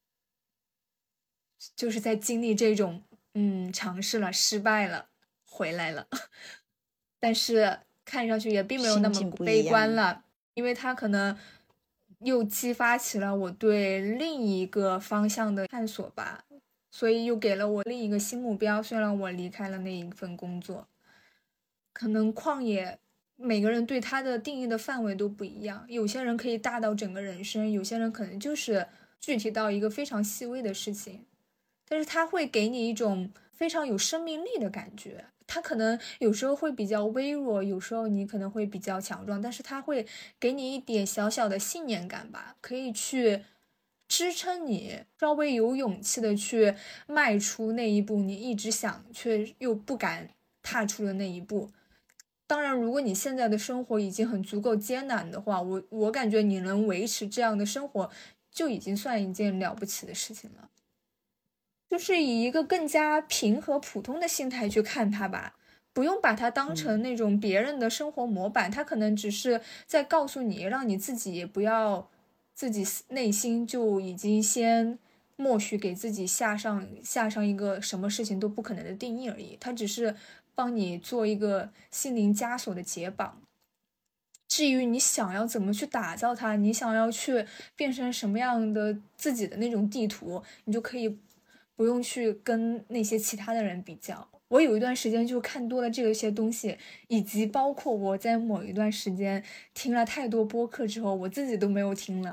就是在经历这种尝试了，失败了，回来了，但是看上去也并没有那么悲观了，因为它可能又激发起了我对另一个方向的探索吧，所以又给了我另一个新目标。虽然我离开了那一份工作，可能旷野每个人对它的定义的范围都不一样，有些人可以大到整个人生，有些人可能就是具体到一个非常细微的事情，但是它会给你一种非常有生命力的感觉。它可能有时候会比较微弱，有时候你可能会比较强壮，但是它会给你一点小小的信念感吧，可以去支撑你稍微有勇气的去迈出那一步，你一直想却又不敢踏出的那一步。当然，如果你现在的生活已经很足够艰难的话，我感觉你能维持这样的生活，就已经算一件了不起的事情了。就是以一个更加平和普通的心态去看它吧，不用把它当成那种别人的生活模板，它可能只是在告诉你，让你自己不要自己内心就已经先默许给自己下上一个什么事情都不可能的定义而已，它只是帮你做一个心灵枷锁的解绑。至于你想要怎么去打造它，你想要去变成什么样的自己的那种地图，你就可以不用去跟那些其他的人比较。我有一段时间就看多了这些东西，以及包括我在某一段时间听了太多播客之后，我自己都没有听了。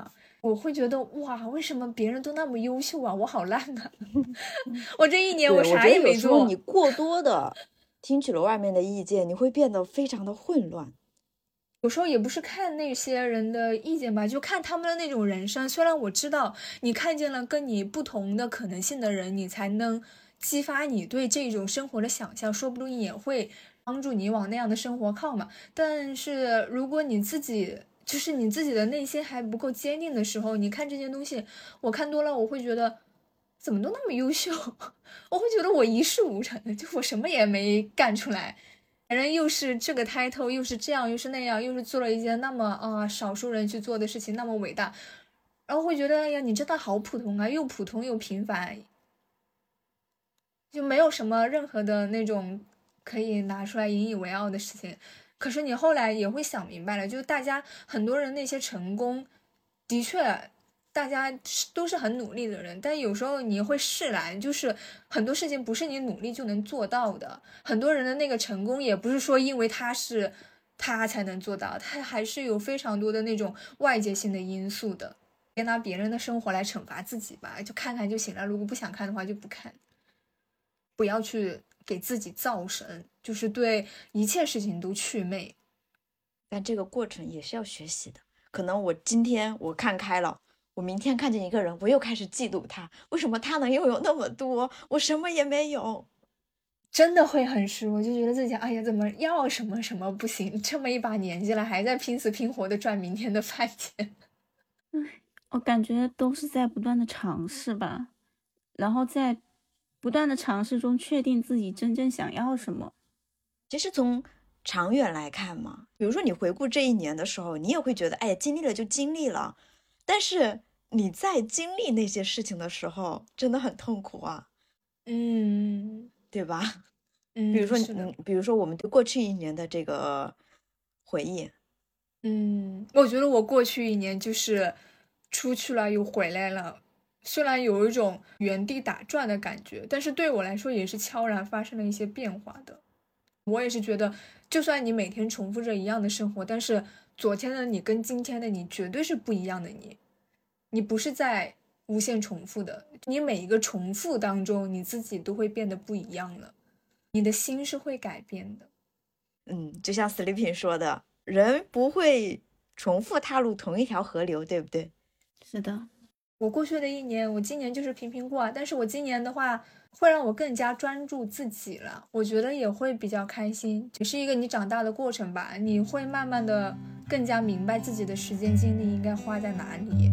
我会觉得哇，为什么别人都那么优秀啊，我好烂啊！我这一年对， 我啥也没我觉得有时候做。 你过多的听取了外面的意见，你会变得非常的混乱。 有时候也不是看那些人的意见吧，就看他们的那种人生。虽然我知道你看见了跟你不同的可能性的人，你才能激发你对这种生活的想象，说不定也会帮助你往那样的生活靠嘛。但是如果你自己就是你自己的内心还不够坚定的时候，你看这些东西，我看多了，我会觉得怎么都那么优秀，我会觉得我一事无成，就我什么也没干出来。别人又是这个 title，又是这样，又是那样，又是做了一件那么少数人去做的事情，那么伟大，然后会觉得哎呀，你真的好普通啊，又普通又平凡，就没有什么任何的那种可以拿出来引以为傲的事情。可是你后来也会想明白了，就大家很多人那些成功，的确。大家都是很努力的人，但有时候你会释然，就是很多事情不是你努力就能做到的。很多人的那个成功，也不是说因为他才能做到，他还是有非常多的那种外界性的因素的。别拿别人的生活来惩罚自己吧，就看看就行了。如果不想看的话，就不看。不要去给自己造神，就是对一切事情都祛魅。 但这个过程也是要学习的。可能我今天我看开了。我明天看见一个人，我又开始嫉妒他，为什么他能拥有那么多，我什么也没有？ 真的会很失落，就觉得自己哎呀，怎么要什么什么不行，这么一把年纪了，还在拼死拼活的赚明天的饭钱。 我感觉都是在不断的尝试吧，然后在不断的尝试中确定自己真正想要什么。 其实从长远来看嘛，比如说你回顾这一年的时候，你也会觉得哎呀，经历了就经历了。但是你在经历那些事情的时候，真的很痛苦啊，对吧？比如说比如说我们对过去一年的这个回忆， 我觉得我过去一年就是出去了又回来了，虽然有一种原地打转的感觉，但是对我来说也是悄然发生了一些变化的。我也是觉得，就算你每天重复着一样的生活，但是昨天的你跟今天的你绝对是不一样的你。你不是在无限重复的，你每一个重复当中，你自己都会变得不一样了，你的心是会改变的。 就像 Sleeping 说的，人不会重复踏入同一条河流，对不对？ 是的， 我过去的一年，我今年就是平平过，但是我今年的话，会让我更加专注自己了，我觉得也会比较开心，只是一个你长大的过程吧，你会慢慢的更加明白自己的时间精力应该花在哪里。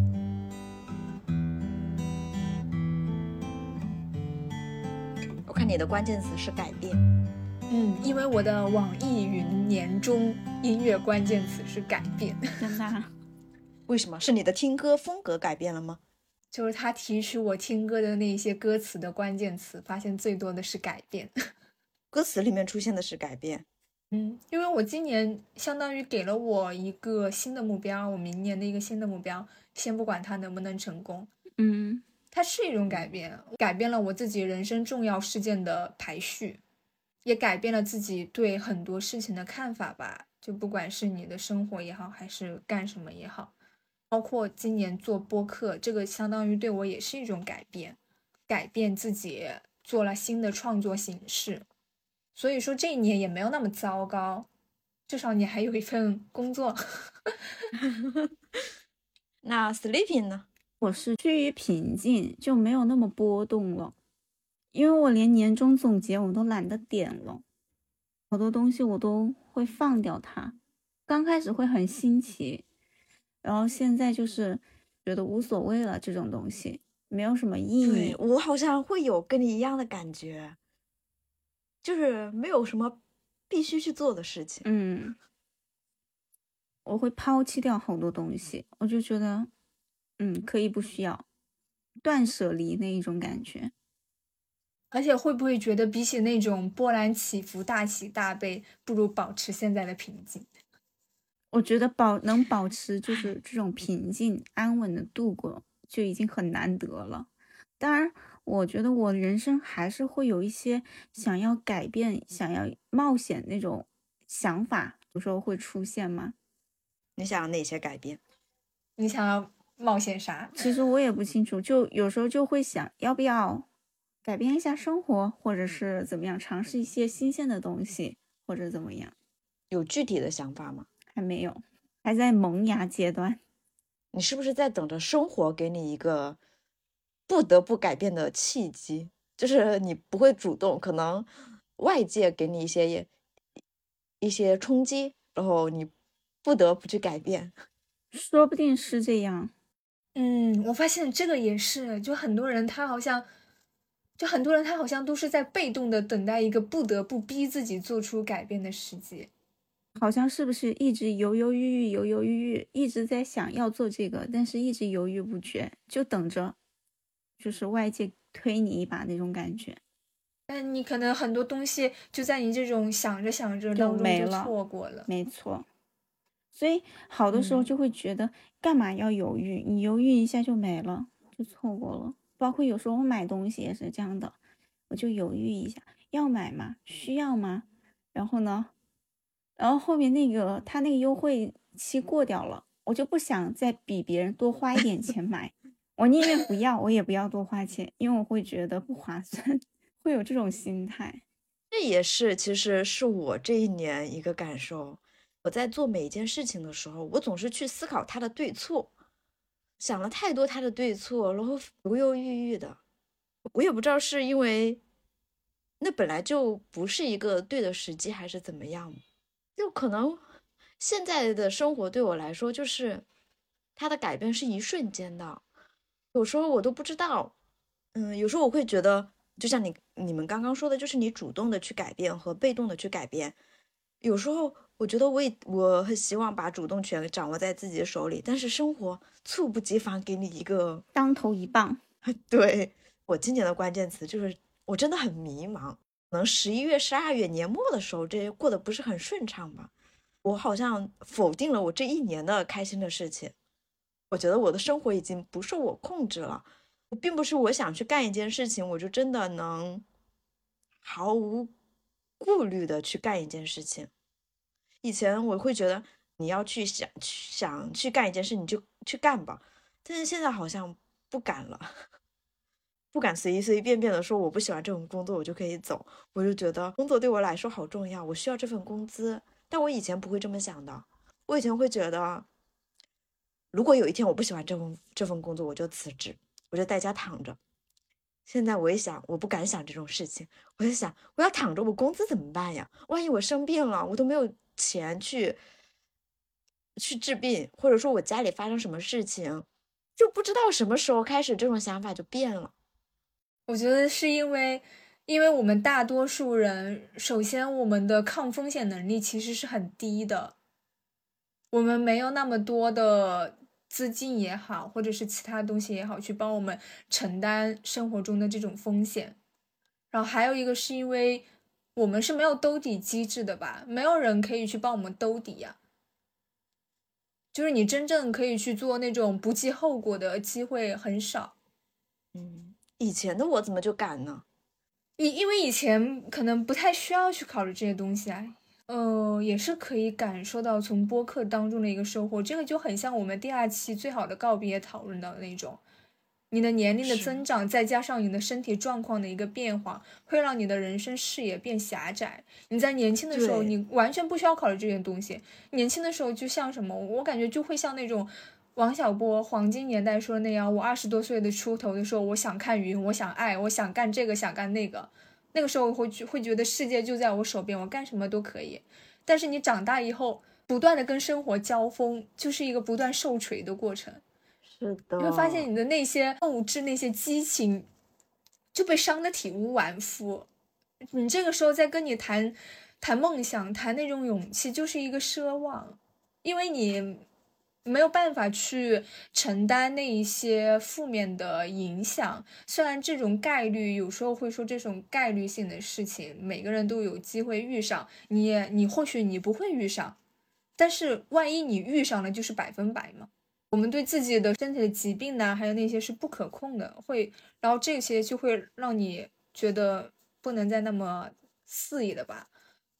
我看你的关键词是改变。 因为我的网易云年终音乐关键词是改变。 真的啊？ 为什么？是你的听歌风格改变了吗？ 就是他提取我听歌的那些歌词的关键词，发现最多的是改变。 歌词里面出现的是改变。 因为我今年相当于给了我一个新的目标，我明年的一个新的目标，先不管它能不能成功，它是一种改变，改变了我自己人生重要事件的排序，也改变了自己对很多事情的看法吧，就不管是你的生活也好，还是干什么也好，包括今年做播客，这个相当于对我也是一种改变，改变自己做了新的创作形式。所以说这一年也没有那么糟糕，至少你还有一份工作。 那 Sleeping 呢？ 我是趋于平静，就没有那么波动了，因为我连年终总结我都懒得点了，好多东西我都会放掉它。刚开始会很新奇，然后现在就是觉得无所谓了，这种东西没有什么意义。 对，我好像会有跟你一样的感觉，就是没有什么必须去做的事情。 我会抛弃掉好多东西，我就觉得可以不需要，断舍离那一种感觉。 而且会不会觉得比起那种波澜起伏大喜大悲，不如保持现在的平静？ 我觉得能保持就是这种平静安稳的度过就已经很难得了。当然我觉得我人生还是会有一些想要改变想要冒险那种想法，有时候会出现吗？ 你想要哪些改变？ 你想要冒险啥？ 其实我也不清楚，就有时候就会想，要不要改变一下生活，或者是怎么样，尝试一些新鲜的东西，或者怎么样。 有具体的想法吗？ 还没有，还在萌芽阶段。 你是不是在等着生活给你一个不得不改变的契机？就是你不会主动，可能外界给你一些冲击，然后你不得不去改变。 说不定是这样。 我发现这个也是，就很多人他好像都是在被动的等待一个不得不逼自己做出改变的时机。 好像是不是一直犹犹豫豫，犹犹豫豫，一直在想要做这个，但是一直犹豫不决，就等着，就是外界推你一把那种感觉。 但你可能很多东西就在你这种想着想着当中就错过了。 没错。所以好的时候就会觉得干嘛要犹豫，你犹豫一下就没了，就错过了。包括有时候我买东西也是这样的，我就犹豫一下，要买吗？需要吗？然后后面他那个优惠期过掉了，我就不想再比别人多花一点钱买，我宁愿不要，我也不要多花钱，因为我会觉得不划算，会有这种心态。 这也是其实是我这一年一个感受。我在做每一件事情的时候，我总是去思考它的对错，想了太多它的对错，然后犹犹豫豫的。我也不知道是因为那本来就不是一个对的时机，还是怎么样。就可能现在的生活对我来说，就是它的改变是一瞬间的，有时候我都不知道。有时候我会觉得，就像你们刚刚说的，就是你主动的去改变和被动的去改变。有时候我觉得我很希望把主动权掌握在自己的手里，但是生活猝不及防给你一个当头一棒。 对，我今年的关键词就是我真的很迷茫。可能11月、12月年末的时候，这些过得不是很顺畅吧。我好像否定了我这一年的开心的事情。我觉得我的生活已经不受我控制了。并不是我想去干一件事情，我就真的能毫无顾虑的去干一件事情。以前我会觉得你要去想去干一件事，你就去干吧。但是现在好像不敢了，不敢随随便便的说我不喜欢这种工作，我就可以走。我就觉得工作对我来说好重要，我需要这份工资。但我以前不会这么想的，我以前会觉得，如果有一天我不喜欢这份工作，我就辞职。我就在家躺着。现在我一想，我不敢想这种事情。我在想，我要躺着，我工资怎么办呀？万一我生病了，我都没有钱去治病，或者说我家里发生什么事情，就不知道什么时候开始这种想法就变了。 我觉得是因为我们大多数人，首先我们的抗风险能力其实是很低的，我们没有那么多的资金也好，或者是其他东西也好，去帮我们承担生活中的这种风险。然后还有一个是因为我们是没有兜底机制的吧，没有人可以去帮我们兜底呀。就是你真正可以去做那种不计后果的机会很少。 以前的我怎么就敢呢？ 因为以前可能不太需要去考虑这些东西啊。也是可以感受到从播客当中的一个收获，这个就很像我们第2期最好的告别讨论到的那种，你的年龄的增长，再加上你的身体状况的一个变化，会让你的人生视野变狭窄。你在年轻的时候，你完全不需要考虑这些东西。年轻的时候就像什么，我感觉就会像那种王小波黄金年代说的那样，我20多岁的出头的时候，我想看云，我想爱，我想干这个，想干那个。那个时候会觉得世界就在我手边，我干什么都可以。但是你长大以后，不断的跟生活交锋，就是一个不断受锤的过程。 是的， 你会发现你的那些斗志、那些激情就被伤得体无完肤。你这个时候再跟你谈梦想、谈那种勇气，就是一个奢望，因为你没有办法去承担那一些负面的影响。虽然这种概率有时候会说这种概率性的事情每个人都有机会遇上，你或许你不会遇上，但是万一你遇上了就是100%嘛。我们对自己的身体的疾病呢，还有那些是不可控的，然后这些就会让你觉得不能再那么肆意的吧。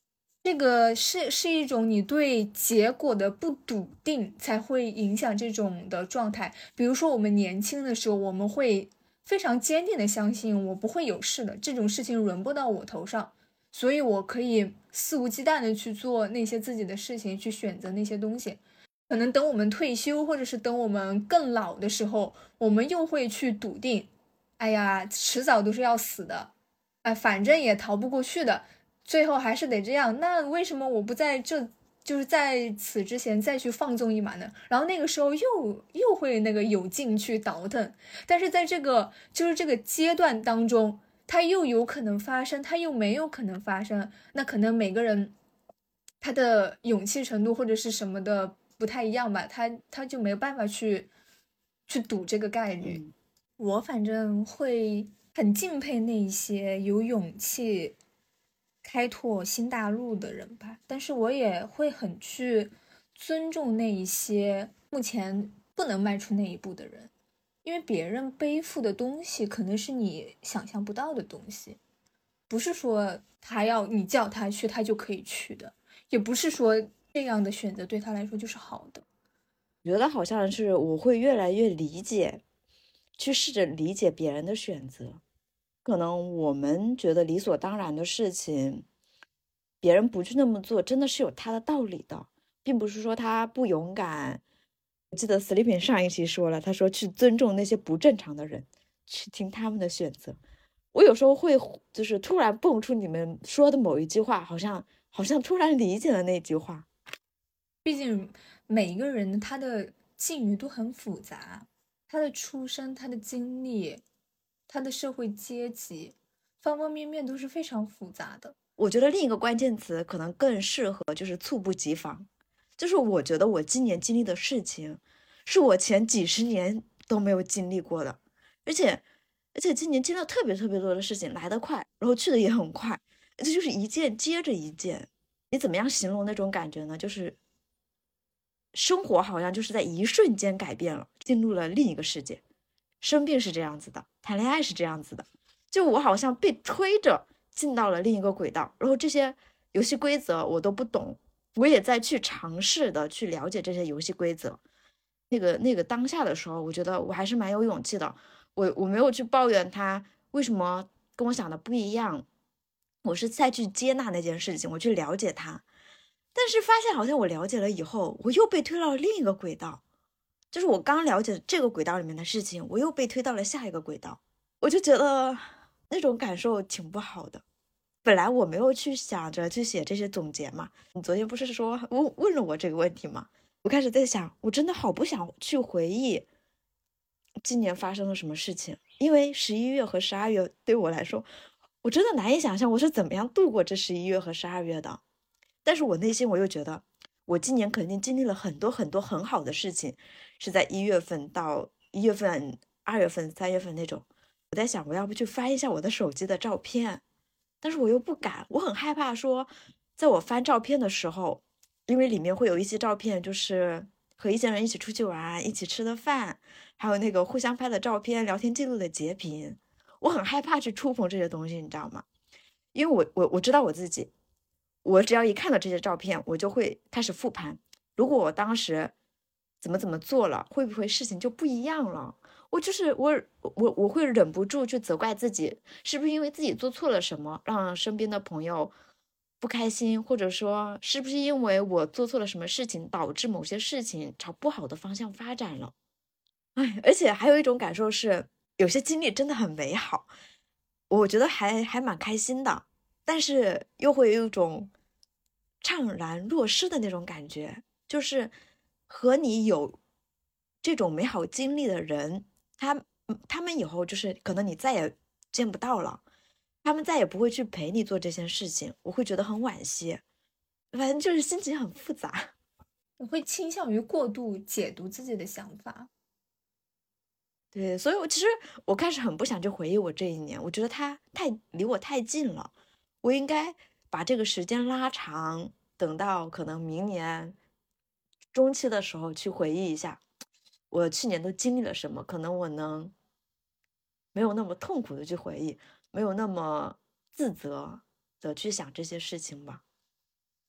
这个是一种你对结果的不笃定才会影响这种的状态。比如说我们年轻的时候，我们会非常坚定的相信我不会有事的，这种事情轮不到我头上，所以我可以肆无忌惮的去做那些自己的事情，去选择那些东西。可能等我们退休，或者是等我们更老的时候，我们又会去笃定，哎呀，迟早都是要死的，哎，反正也逃不过去的。最后还是得这样，那为什么我不就是在此之前再去放纵一马呢？然后那个时候又会那个有劲去倒腾，但是在这个阶段当中，它又有可能发生，它又没有可能发生，那可能每个人他的勇气程度或者是什么的不太一样吧，他就没有办法去赌这个概率。我反正会很敬佩那一些有勇气开拓新大陆的人吧，但是我也会很去尊重那一些目前不能迈出那一步的人，因为别人背负的东西可能是你想象不到的东西，不是说你叫他去他就可以去的，也不是说这样的选择对他来说就是好的。 我觉得好像是我会越来越理解，去试着理解别人的选择。可能我们觉得理所当然的事情，别人不去那么做，真的是有他的道理的，并不是说他不勇敢。我记得 Sleeping 上一期说了，他说去尊重那些不正常的人，去听他们的选择。我有时候会就是突然蹦出你们说的某一句话，好像突然理解了那句话。 毕竟每一个人他的境遇都很复杂，他的出身、他的经历、他的社会阶级，方方面面都是非常复杂的。 我觉得另一个关键词可能更适合就是猝不及防，就是我觉得我今年经历的事情，是我前几十年都没有经历过的，而且今年经历了特别特别多的事情，来得快，然后去的也很快，这就是一件接着一件。你怎么样形容那种感觉呢？就是生活好像就是在一瞬间改变了，进入了另一个世界。生病是这样子的，谈恋爱是这样子的，就我好像被推着进到了另一个轨道，然后这些游戏规则我都不懂，我也在去尝试的去了解这些游戏规则。那个当下的时候，我觉得我还是蛮有勇气的。我没有去抱怨他为什么跟我想的不一样，我是在去接纳那件事情，我去了解他。但是发现好像我了解了以后，我又被推到了另一个轨道，就是我刚了解这个轨道里面的事情，我又被推到了下一个轨道，我就觉得那种感受挺不好的。本来我没有去想着去写这些总结嘛，你昨天不是说问了我这个问题吗？我开始在想，我真的好不想去回忆今年发生了什么事情，因为11月和12月对我来说，我真的难以想象我是怎么样度过这11月和12月的。但是我内心我又觉得，我今年肯定经历了很多很多很好的事情，是在1月份到1月份、2月份、3月份那种。我在想，我要不去翻一下我的手机的照片，但是我又不敢，我很害怕说，在我翻照片的时候，因为里面会有一些照片，就是和一些人一起出去玩、一起吃的饭，还有那个互相拍的照片、聊天记录的截屏，我很害怕去触碰这些东西，你知道吗？因为我知道我自己。我只要一看到这些照片，我就会开始复盘。如果我当时怎么做了，会不会事情就不一样了？我会忍不住去责怪自己，是不是因为自己做错了什么，让身边的朋友不开心，或者说是不是因为我做错了什么事情，导致某些事情朝不好的方向发展了？哎，而且还有一种感受是，有些经历真的很美好，我觉得还蛮开心的。但是又会有一种怅然若失的那种感觉，就是和你有这种美好经历的人，他们以后就是可能你再也见不到了，他们再也不会去陪你做这件事情，我会觉得很惋惜，反正就是心情很复杂。 我会倾向于过度解读自己的想法。 对，所以其实我开始很不想去回忆我这一年，我觉得它离我太近了。我应该把这个时间拉长，等到可能明年中期的时候去回忆一下，我去年都经历了什么，可能我能没有那么痛苦的去回忆，没有那么自责的去想这些事情吧。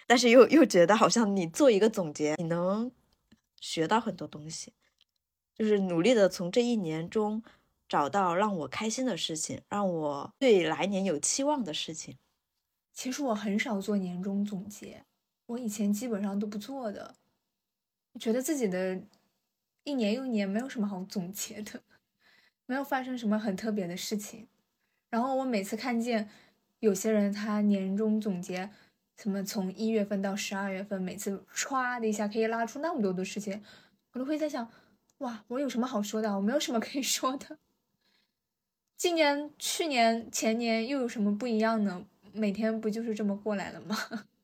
但是又觉得好像你做一个总结，你能学到很多东西，就是努力的从这一年中找到让我开心的事情，让我对来年有期望的事情。 其实我很少做年终总结，我以前基本上都不做的，我觉得自己的一年又一年没有什么好总结的，没有发生什么很特别的事情。然后我每次看见有些人他年终总结什么从1月份到12月份，每次歘的一下可以拉出那么多的事情，我都会在想，哇，我有什么好说的？我没有什么可以说的。今年、去年、前年又有什么不一样呢？每天不就是这么过来了吗？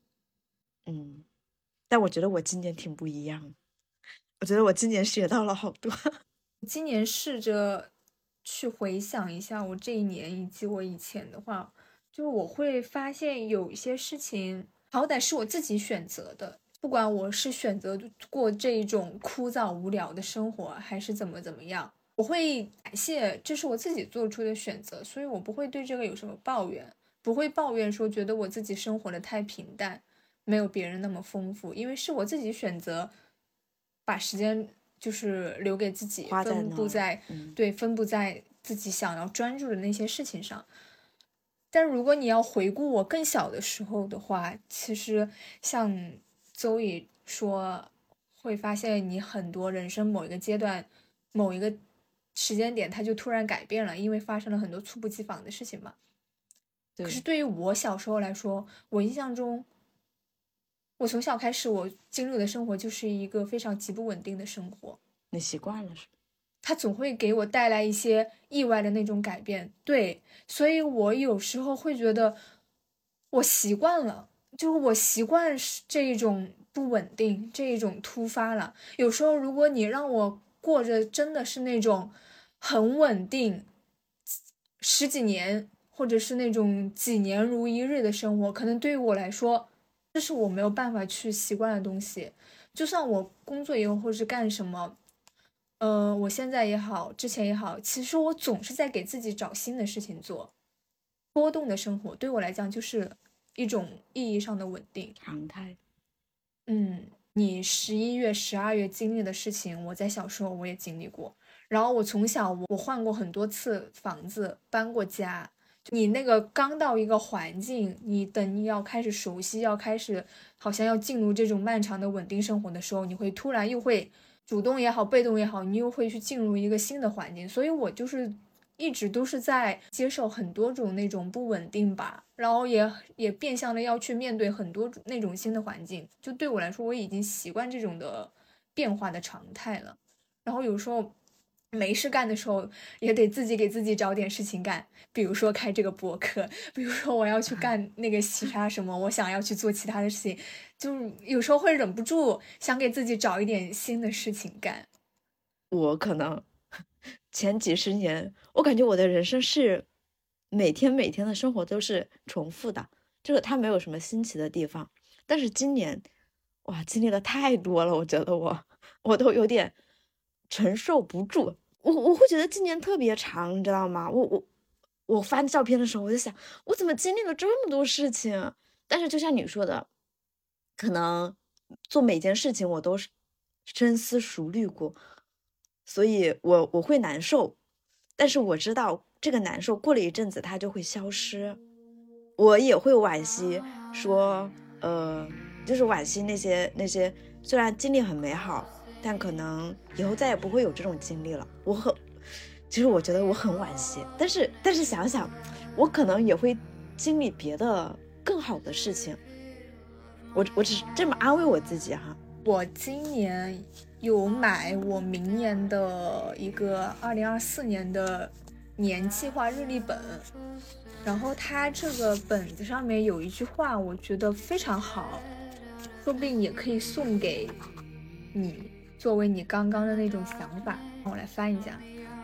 但我觉得我今年挺不一样，我觉得我今年学到了好多。 今年试着去回想一下我这一年以及我以前的话，就是我会发现有一些事情好歹是我自己选择的，不管我是选择过这一种枯燥无聊的生活还是怎么样，我会感谢这是我自己做出的选择，所以我不会对这个有什么抱怨，不会抱怨说觉得我自己生活的太平淡，没有别人那么丰富，因为是我自己选择把时间就是留给自己， 花在分布在分布在自己想要专注的那些事情上。但如果你要回顾我更小的时候的话，其实像周易说，会发现你很多人生某一个阶段、某一个时间点，它就突然改变了，因为发生了很多猝不及防的事情嘛。可是对于我小时候来说，我印象中，我从小开始我经历的生活就是一个非常极不稳定的生活。 你习惯了是吧？ 它总会给我带来一些意外的那种改变，对，所以我有时候会觉得我习惯了，就是我习惯这一种不稳定，这一种突发了。有时候如果你让我过着真的是那种很稳定十几年，或者是那种几年如一日的生活，可能对于我来说，这是我没有办法去习惯的东西。就算我工作也好，或者是干什么，我现在也好，之前也好，其实我总是在给自己找新的事情做。波动的生活对我来讲就是一种意义上的稳定常态。 你11月、12月经历的事情，我在小时候我也经历过。然后我从小我换过很多次房子，搬过家。你那个刚到一个环境，你等你要开始熟悉，要开始好像要进入这种漫长的稳定生活的时候，你会突然又会主动也好，被动也好，你又会去进入一个新的环境。所以我就是一直都是在接受很多种那种不稳定吧，然后也变相的要去面对很多那种新的环境。就对我来说，我已经习惯这种的变化的常态了。然后有时候没事干的时候，也得自己给自己找点事情干，比如说开这个播客，比如说我要去干那个喜茶什么，我想要去做其他的事情，就是有时候会忍不住想给自己找一点新的事情干。 我可能前几十年，我感觉我的人生是每天的生活都是重复的，就是它没有什么新奇的地方。但是今年，哇，经历了太多了，我觉得我都有点承受不住。我会觉得今年特别长，你知道吗？我翻照片的时候，我就想，我怎么经历了这么多事情？但是就像你说的，可能做每件事情我都是深思熟虑过，所以我会难受，但是我知道这个难受过了一阵子它就会消失。我也会惋惜说，就是惋惜那些虽然经历很美好，但可能以后再也不会有这种经历了。其实我觉得我很惋惜，但是想想，我可能也会经历别的更好的事情。我只是这么安慰我自己哈。 我今年有买我明年的一个2024年的年计划日历本，然后它这个本子上面有一句话，我觉得非常好，说不定也可以送给你，作为你刚刚的那种想法。我来翻一下。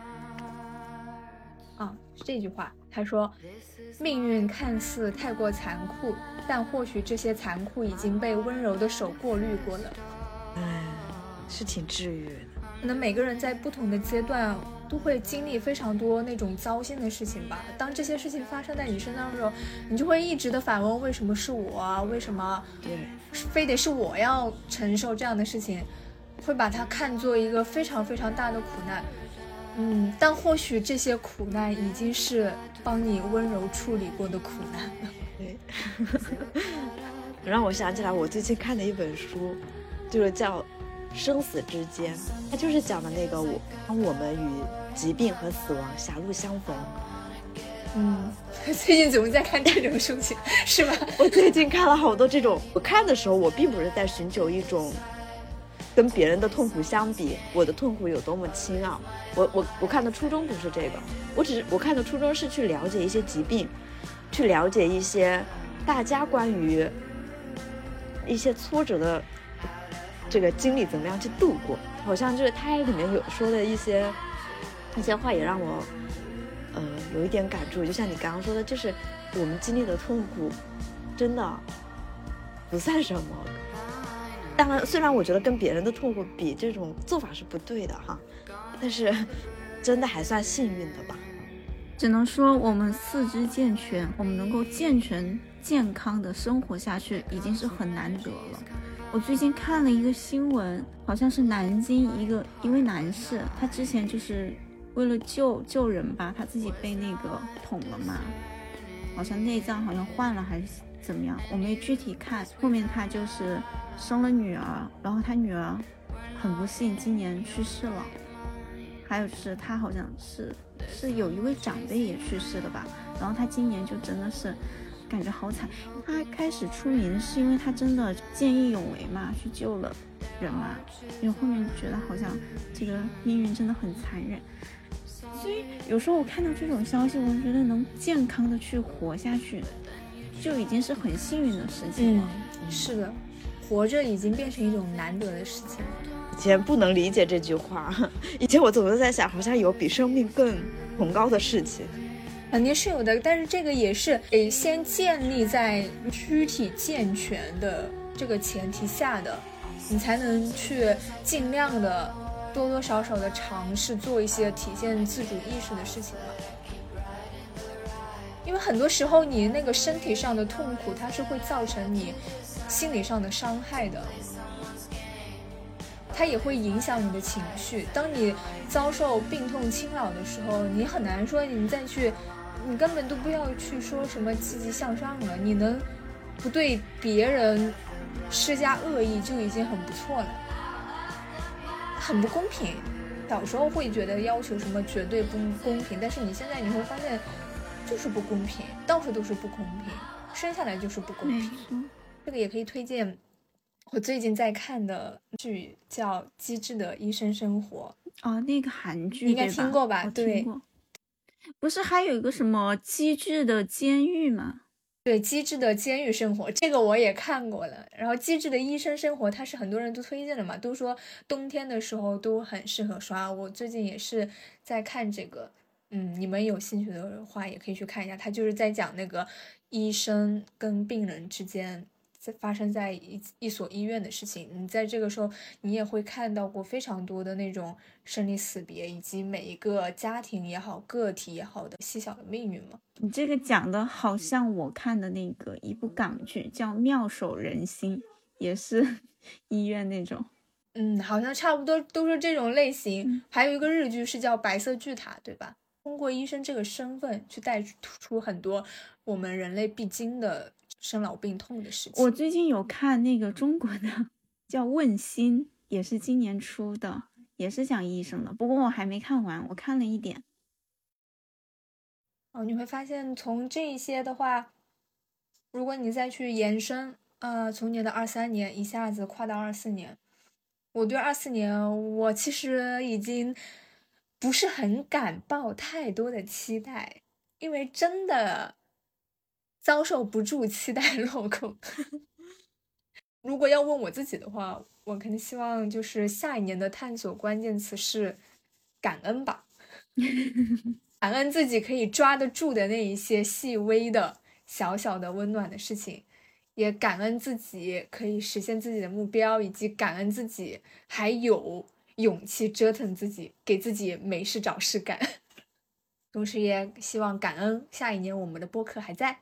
是这句话，他说：命运看似太过残酷，但或许这些残酷已经被温柔的手过滤过了。 是挺治愈的。 可能每个人在不同的阶段都会经历非常多那种糟心的事情吧。当这些事情发生在你身上的时候，你就会一直的反问，为什么是我啊？为什么非得是我要承受这样的事情？会把它看作一个非常非常大的苦难。但或许这些苦难已经是帮你温柔处理过的苦难了。 对，让我想起来我最近看的一本书，就是叫《生死之间》，它就是讲的那个我们与疾病和死亡狭路相逢。 最近总是在看这种书籍，是吧？ 我最近看了好多这种，我看的时候我并不是在寻求一种跟别人的痛苦相比，我的痛苦有多么轻啊！我看的初衷不是这个，我看的初衷是去了解一些疾病，去了解一些大家关于一些挫折的这个经历怎么样去度过。好像就是它里面有说的一些话也让我有一点感触，就像你刚刚说的，就是我们经历的痛苦真的不算什么。当然，虽然我觉得跟别人的痛苦比，这种做法是不对的哈，但是真的还算幸运的吧。 只能说我们四肢健全，我们能够健全健康的生活下去，已经是很难得了。我最近看了一个新闻，好像是南京一位男士，他之前就是为了救人吧，他自己被那个捅了嘛，好像内脏好像换了还是怎么样，我没具体看。后面他就是生了女儿，然后他女儿很不幸今年去世了。还有就是他好像是有一位长辈也去世了吧，然后他今年就真的是感觉好惨。他开始出名是因为他真的见义勇为嘛，去救了人嘛，因为后面觉得好像这个命运真的很残忍。所以有时候我看到这种消息，我觉得能健康的去活下去就已经是很幸运的事情了。 是的，活着已经变成一种难得的事情。 以前不能理解这句话，以前我总是在想，好像有比生命更崇高的事情。 肯定是有的，但是这个也是得先建立在躯体健全的这个前提下的，你才能去尽量的多多少少的尝试做一些体现自主意识的事情嘛。因为很多时候你那个身体上的痛苦，它是会造成你心理上的伤害的，它也会影响你的情绪。当你遭受病痛侵扰的时候，你很难说你根本都不要去说什么积极向上了，你能不对别人施加恶意就已经很不错了，很不公平。小时候会觉得要求什么绝对不公平，但是你现在你会发现就是不公平，到处都是不公平，生下来就是不公平。这个也可以推荐我最近在看的剧，叫《机智的医生生活》。 那个韩剧应该听过吧？ 对，不是还有一个什么机智的监狱吗？ 对，机智的监狱生活，这个我也看过了。然后机智的医生生活，它是很多人都推荐的嘛，都说冬天的时候都很适合刷。我最近也是在看这个，你们有兴趣的话也可以去看一下。它就是在讲那个医生跟病人之间发生在一所医院的事情。你在这个时候，你也会看到过非常多的那种生离死别，以及每一个家庭也好、个体也好的细小的命运嘛。 你这个讲的好像我看的那个一部港剧叫《妙手仁心》，也是医院那种。 好像差不多都是这种类型。还有一个日剧是叫《白色巨塔》，对吧？通过医生这个身份去带出很多我们人类必经的生老病痛的事情。 我最近有看那个中国的叫《问心》，也是今年出的，也是讲医生的，不过我还没看完，我看了一点。 你会发现从这一些的话，如果你再去延伸，从你的23年一下子跨到24年，我对24年我其实已经不是很敢抱太多的期待，因为真的遭受不住期待落空。如果要问我自己的话，我肯定希望就是下一年的探索关键词是感恩吧。感恩自己可以抓得住的那一些细微的小小的温暖的事情，也感恩自己可以实现自己的目标，以及感恩自己还有勇气折腾自己，给自己没事找事干。同时也希望感恩下一年我们的播客还在，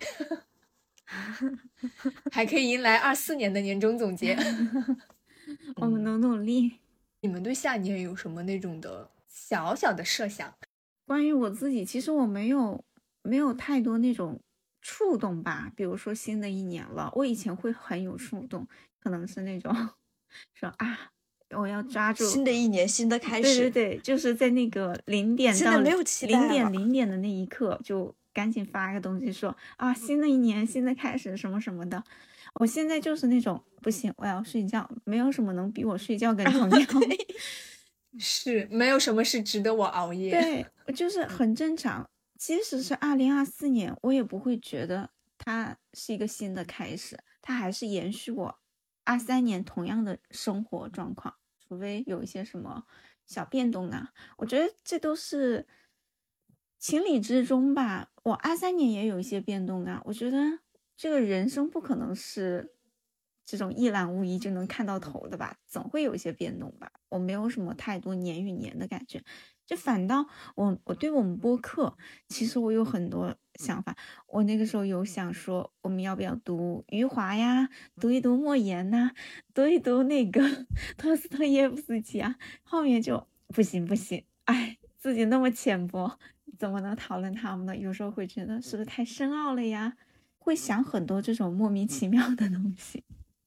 还可以迎来24年的年终总结。 我们努力。 你们对下一年有什么那种的小小的设想？ 关于我自己，其实我没有太多那种触动吧。比如说新的一年了，我以前会很有触动，可能是那种说啊，我要抓住新的一年新的开始。 对对对，就是在那个0点到没有期待了 0点的那一刻，就赶紧发个东西说啊，新的一年新的开始什么什么的。我现在就是那种不行，我要睡觉，没有什么能比我睡觉更重要。 是没有什么是值得我熬夜。 对，就是很正常。即使是2024年，我也不会觉得它是一个新的开始，它还是延续我23年同样的生活状况，除非有一些什么小变动啊，我觉得这都是情理之中吧。我23年也有一些变动啊，我觉得这个人生不可能是这种一览无遗就能看到头的吧，总会有一些变动吧。我没有什么太多年与年的感觉，就反倒我对我们播客，其实我有很多想法。我那个时候有想说，我们要不要读余华呀，读一读莫言呐，读一读那个托斯托耶夫斯基啊。后面就不行，哎，自己那么浅薄，怎么能讨论他们呢？有时候会觉得是不是太深奥了呀？会想很多这种莫名其妙的东西。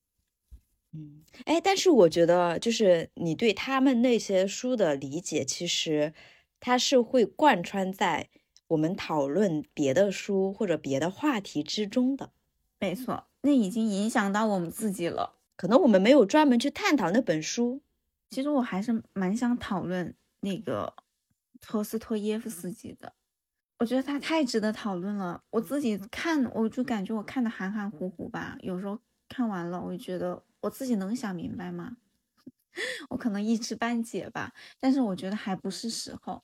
但是我觉得就是你对他们那些书的理解，其实它是会贯穿在我们讨论别的书或者别的话题之中的。 没错，那已经影响到我们自己了。 可能我们没有专门去探讨那本书。 其实我还是蛮想讨论那个托斯托耶夫斯基的，我觉得他太值得讨论了。我自己看，我就感觉我看的含含糊糊吧，有时候看完了，我就觉得我自己能想明白吗？我可能一知半解吧，但是我觉得还不是时候。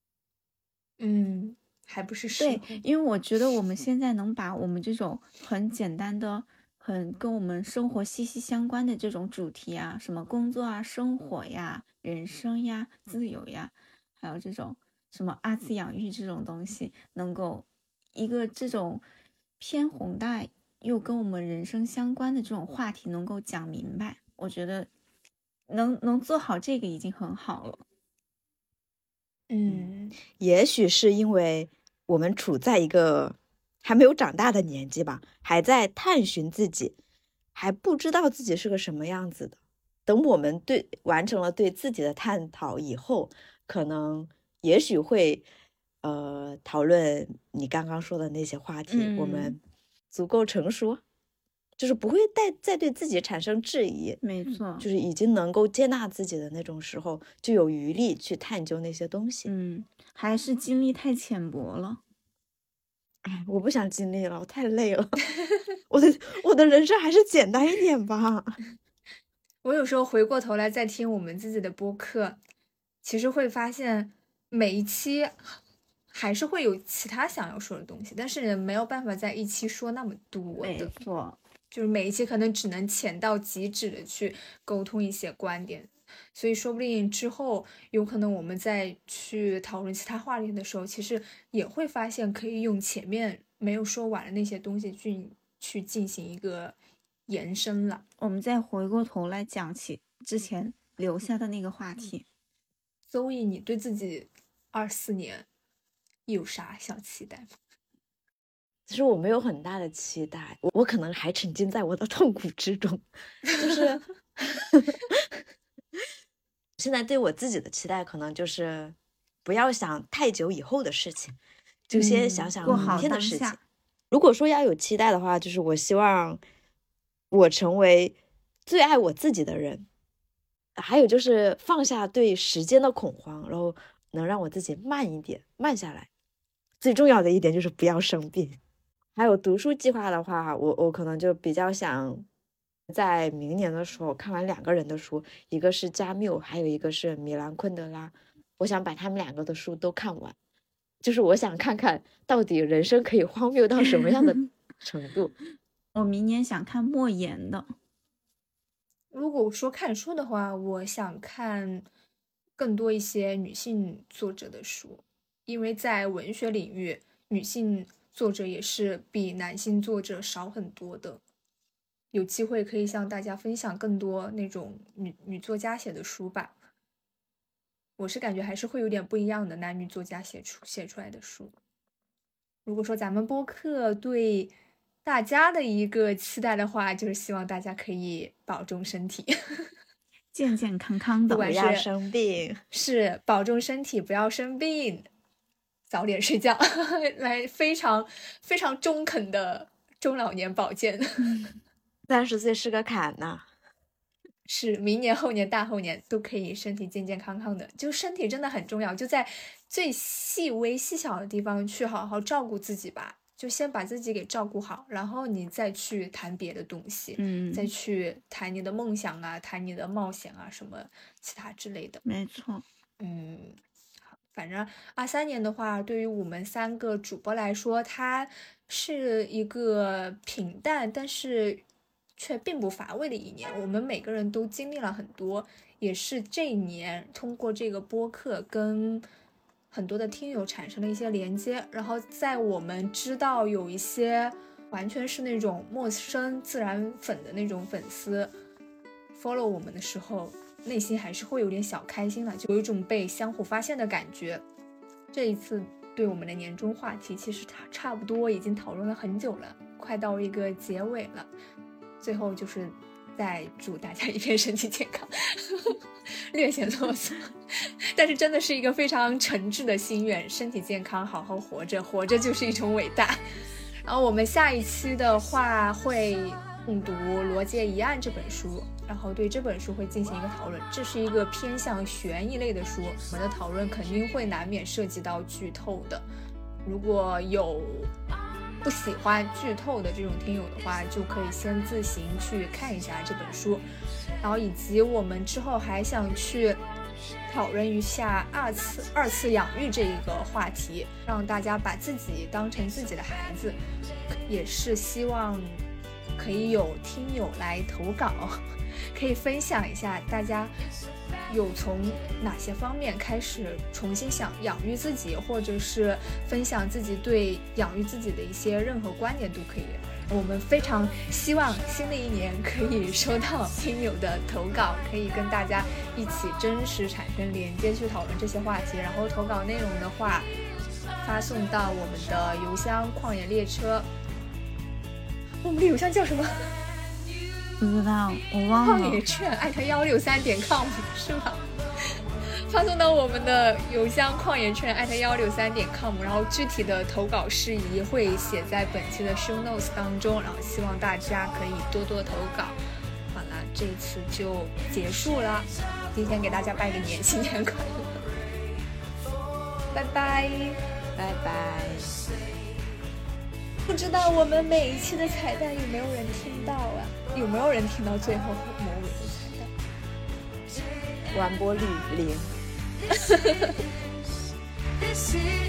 还不是时候。 对，因为我觉得我们现在能把我们这种很简单的、很跟我们生活息息相关的这种主题啊，什么工作啊、生活呀、人生呀、自由呀，还有这种什么二次养育这种东西，能够一个这种偏宏大又跟我们人生相关的这种话题能够讲明白，我觉得能做好这个已经很好了。 也许是因为我们处在一个还没有长大的年纪吧，还在探寻自己，还不知道自己是个什么样子的。等我们完成了对自己的探讨以后，可能也许会讨论你刚刚说的那些话题，我们足够成熟，就是不会再对自己产生质疑。 没错， 就是已经能够接纳自己的那种时候，就有余力去探究那些东西。 还是经历太浅薄了。 我不想经历了，我太累了。我的人生还是简单一点吧。 我有时候回过头来再听我们自己的播客，其实会发现每一期还是会有其他想要说的东西，但是没有办法在一期说那么多的。 没错， 就是每一期可能只能浅到极致的去沟通一些观点，所以说不定之后有可能我们再去讨论其他话题的时候，其实也会发现可以用前面没有说完的那些东西去进行一个延伸了。 我们再回过头来讲起之前留下的那个话题。 Zoe，你对自己24年有啥小期待吗？ 其实我没有很大的期待，我可能还沉浸在我的痛苦之中。就是现在对我自己的期待，可能就是不要想太久以后的事情，就先想想明天的事情。如果说要有期待的话，就是我希望我成为最爱我自己的人，还有就是放下对时间的恐慌，然后能让我自己慢一点，慢下来。最重要的一点就是不要生病。还有读书计划的话，我可能就比较想在明年的时候看完2个人的书，一个是加缪，还有一个是米兰昆德拉。我想把他们2个的书都看完，就是我想看看到底人生可以荒谬到什么样的程度。 我明年想看莫言的。 如果说看书的话，我想看更多一些女性作者的书，因为在文学领域，女性作者也是比男性作者少很多的。有机会可以向大家分享更多那种女作家写的书吧。我是感觉还是会有点不一样的，男女作家写出来的书。如果说咱们播客对大家的一个期待的话，就是希望大家可以保重身体， 健健康康的， 不要生病， 是保重身体，不要生病，早点睡觉，来非常非常中肯的中老年保健。 30岁是个坎呐。 是明年、后年、大后年都可以身体健健康康的，就身体真的很重要，就在最细微细小的地方去好好照顾自己吧，就先把自己给照顾好，然后你再去谈别的东西，再去谈你的梦想啊，谈你的冒险啊，什么其他之类的。 没错。 反正23年的话，对于我们3个主播来说，它是一个平淡但是却并不乏味的一年。我们每个人都经历了很多，也是这一年通过这个播客跟很多的听友产生了一些连接，然后在我们知道有一些完全是那种陌生自然粉的那种粉丝 follow 我们的时候，内心还是会有点小开心的，就有一种被相互发现的感觉。这一次对我们的年终话题其实差不多已经讨论了很久了，快到一个结尾了，最后就是再祝大家一片身体健康略显啰嗦，但是真的是一个非常诚挚的心愿，身体健康，好好活着，活着就是一种伟大。然后我们下一期的话会读《罗杰疑案》这本书，然后对这本书会进行一个讨论。这是一个偏向悬疑类的书，我们的讨论肯定会难免涉及到剧透的。如果有不喜欢剧透的这种听友的话，就可以先自行去看一下这本书，然后以及我们之后还想去讨论一下二次养育这一个话题，让大家把自己当成自己的孩子，也是希望可以有听友来投稿，可以分享一下大家有从哪些方面开始重新想养育自己，或者是分享自己对养育自己的一些任何观点都可以。我们非常希望新的一年可以收到听友的投稿，可以跟大家一起真实产生连接去讨论这些话题。然后投稿内容的话发送到我们的邮箱旷野列车，我们的邮箱叫什么？ 不知道，我忘了。 旷野券@163.com 是吗？发送到我们的邮箱旷野券@163.com，然后具体的投稿事宜会写在本期的 show notes 当中，然后希望大家可以多多投稿。好了，这一次就结束了，提前给大家拜个年，新年快乐，拜拜， 拜拜。 不知道我们每一期的彩蛋有没有人听到啊？有没有人听到最后末尾的彩蛋？ 完播率0。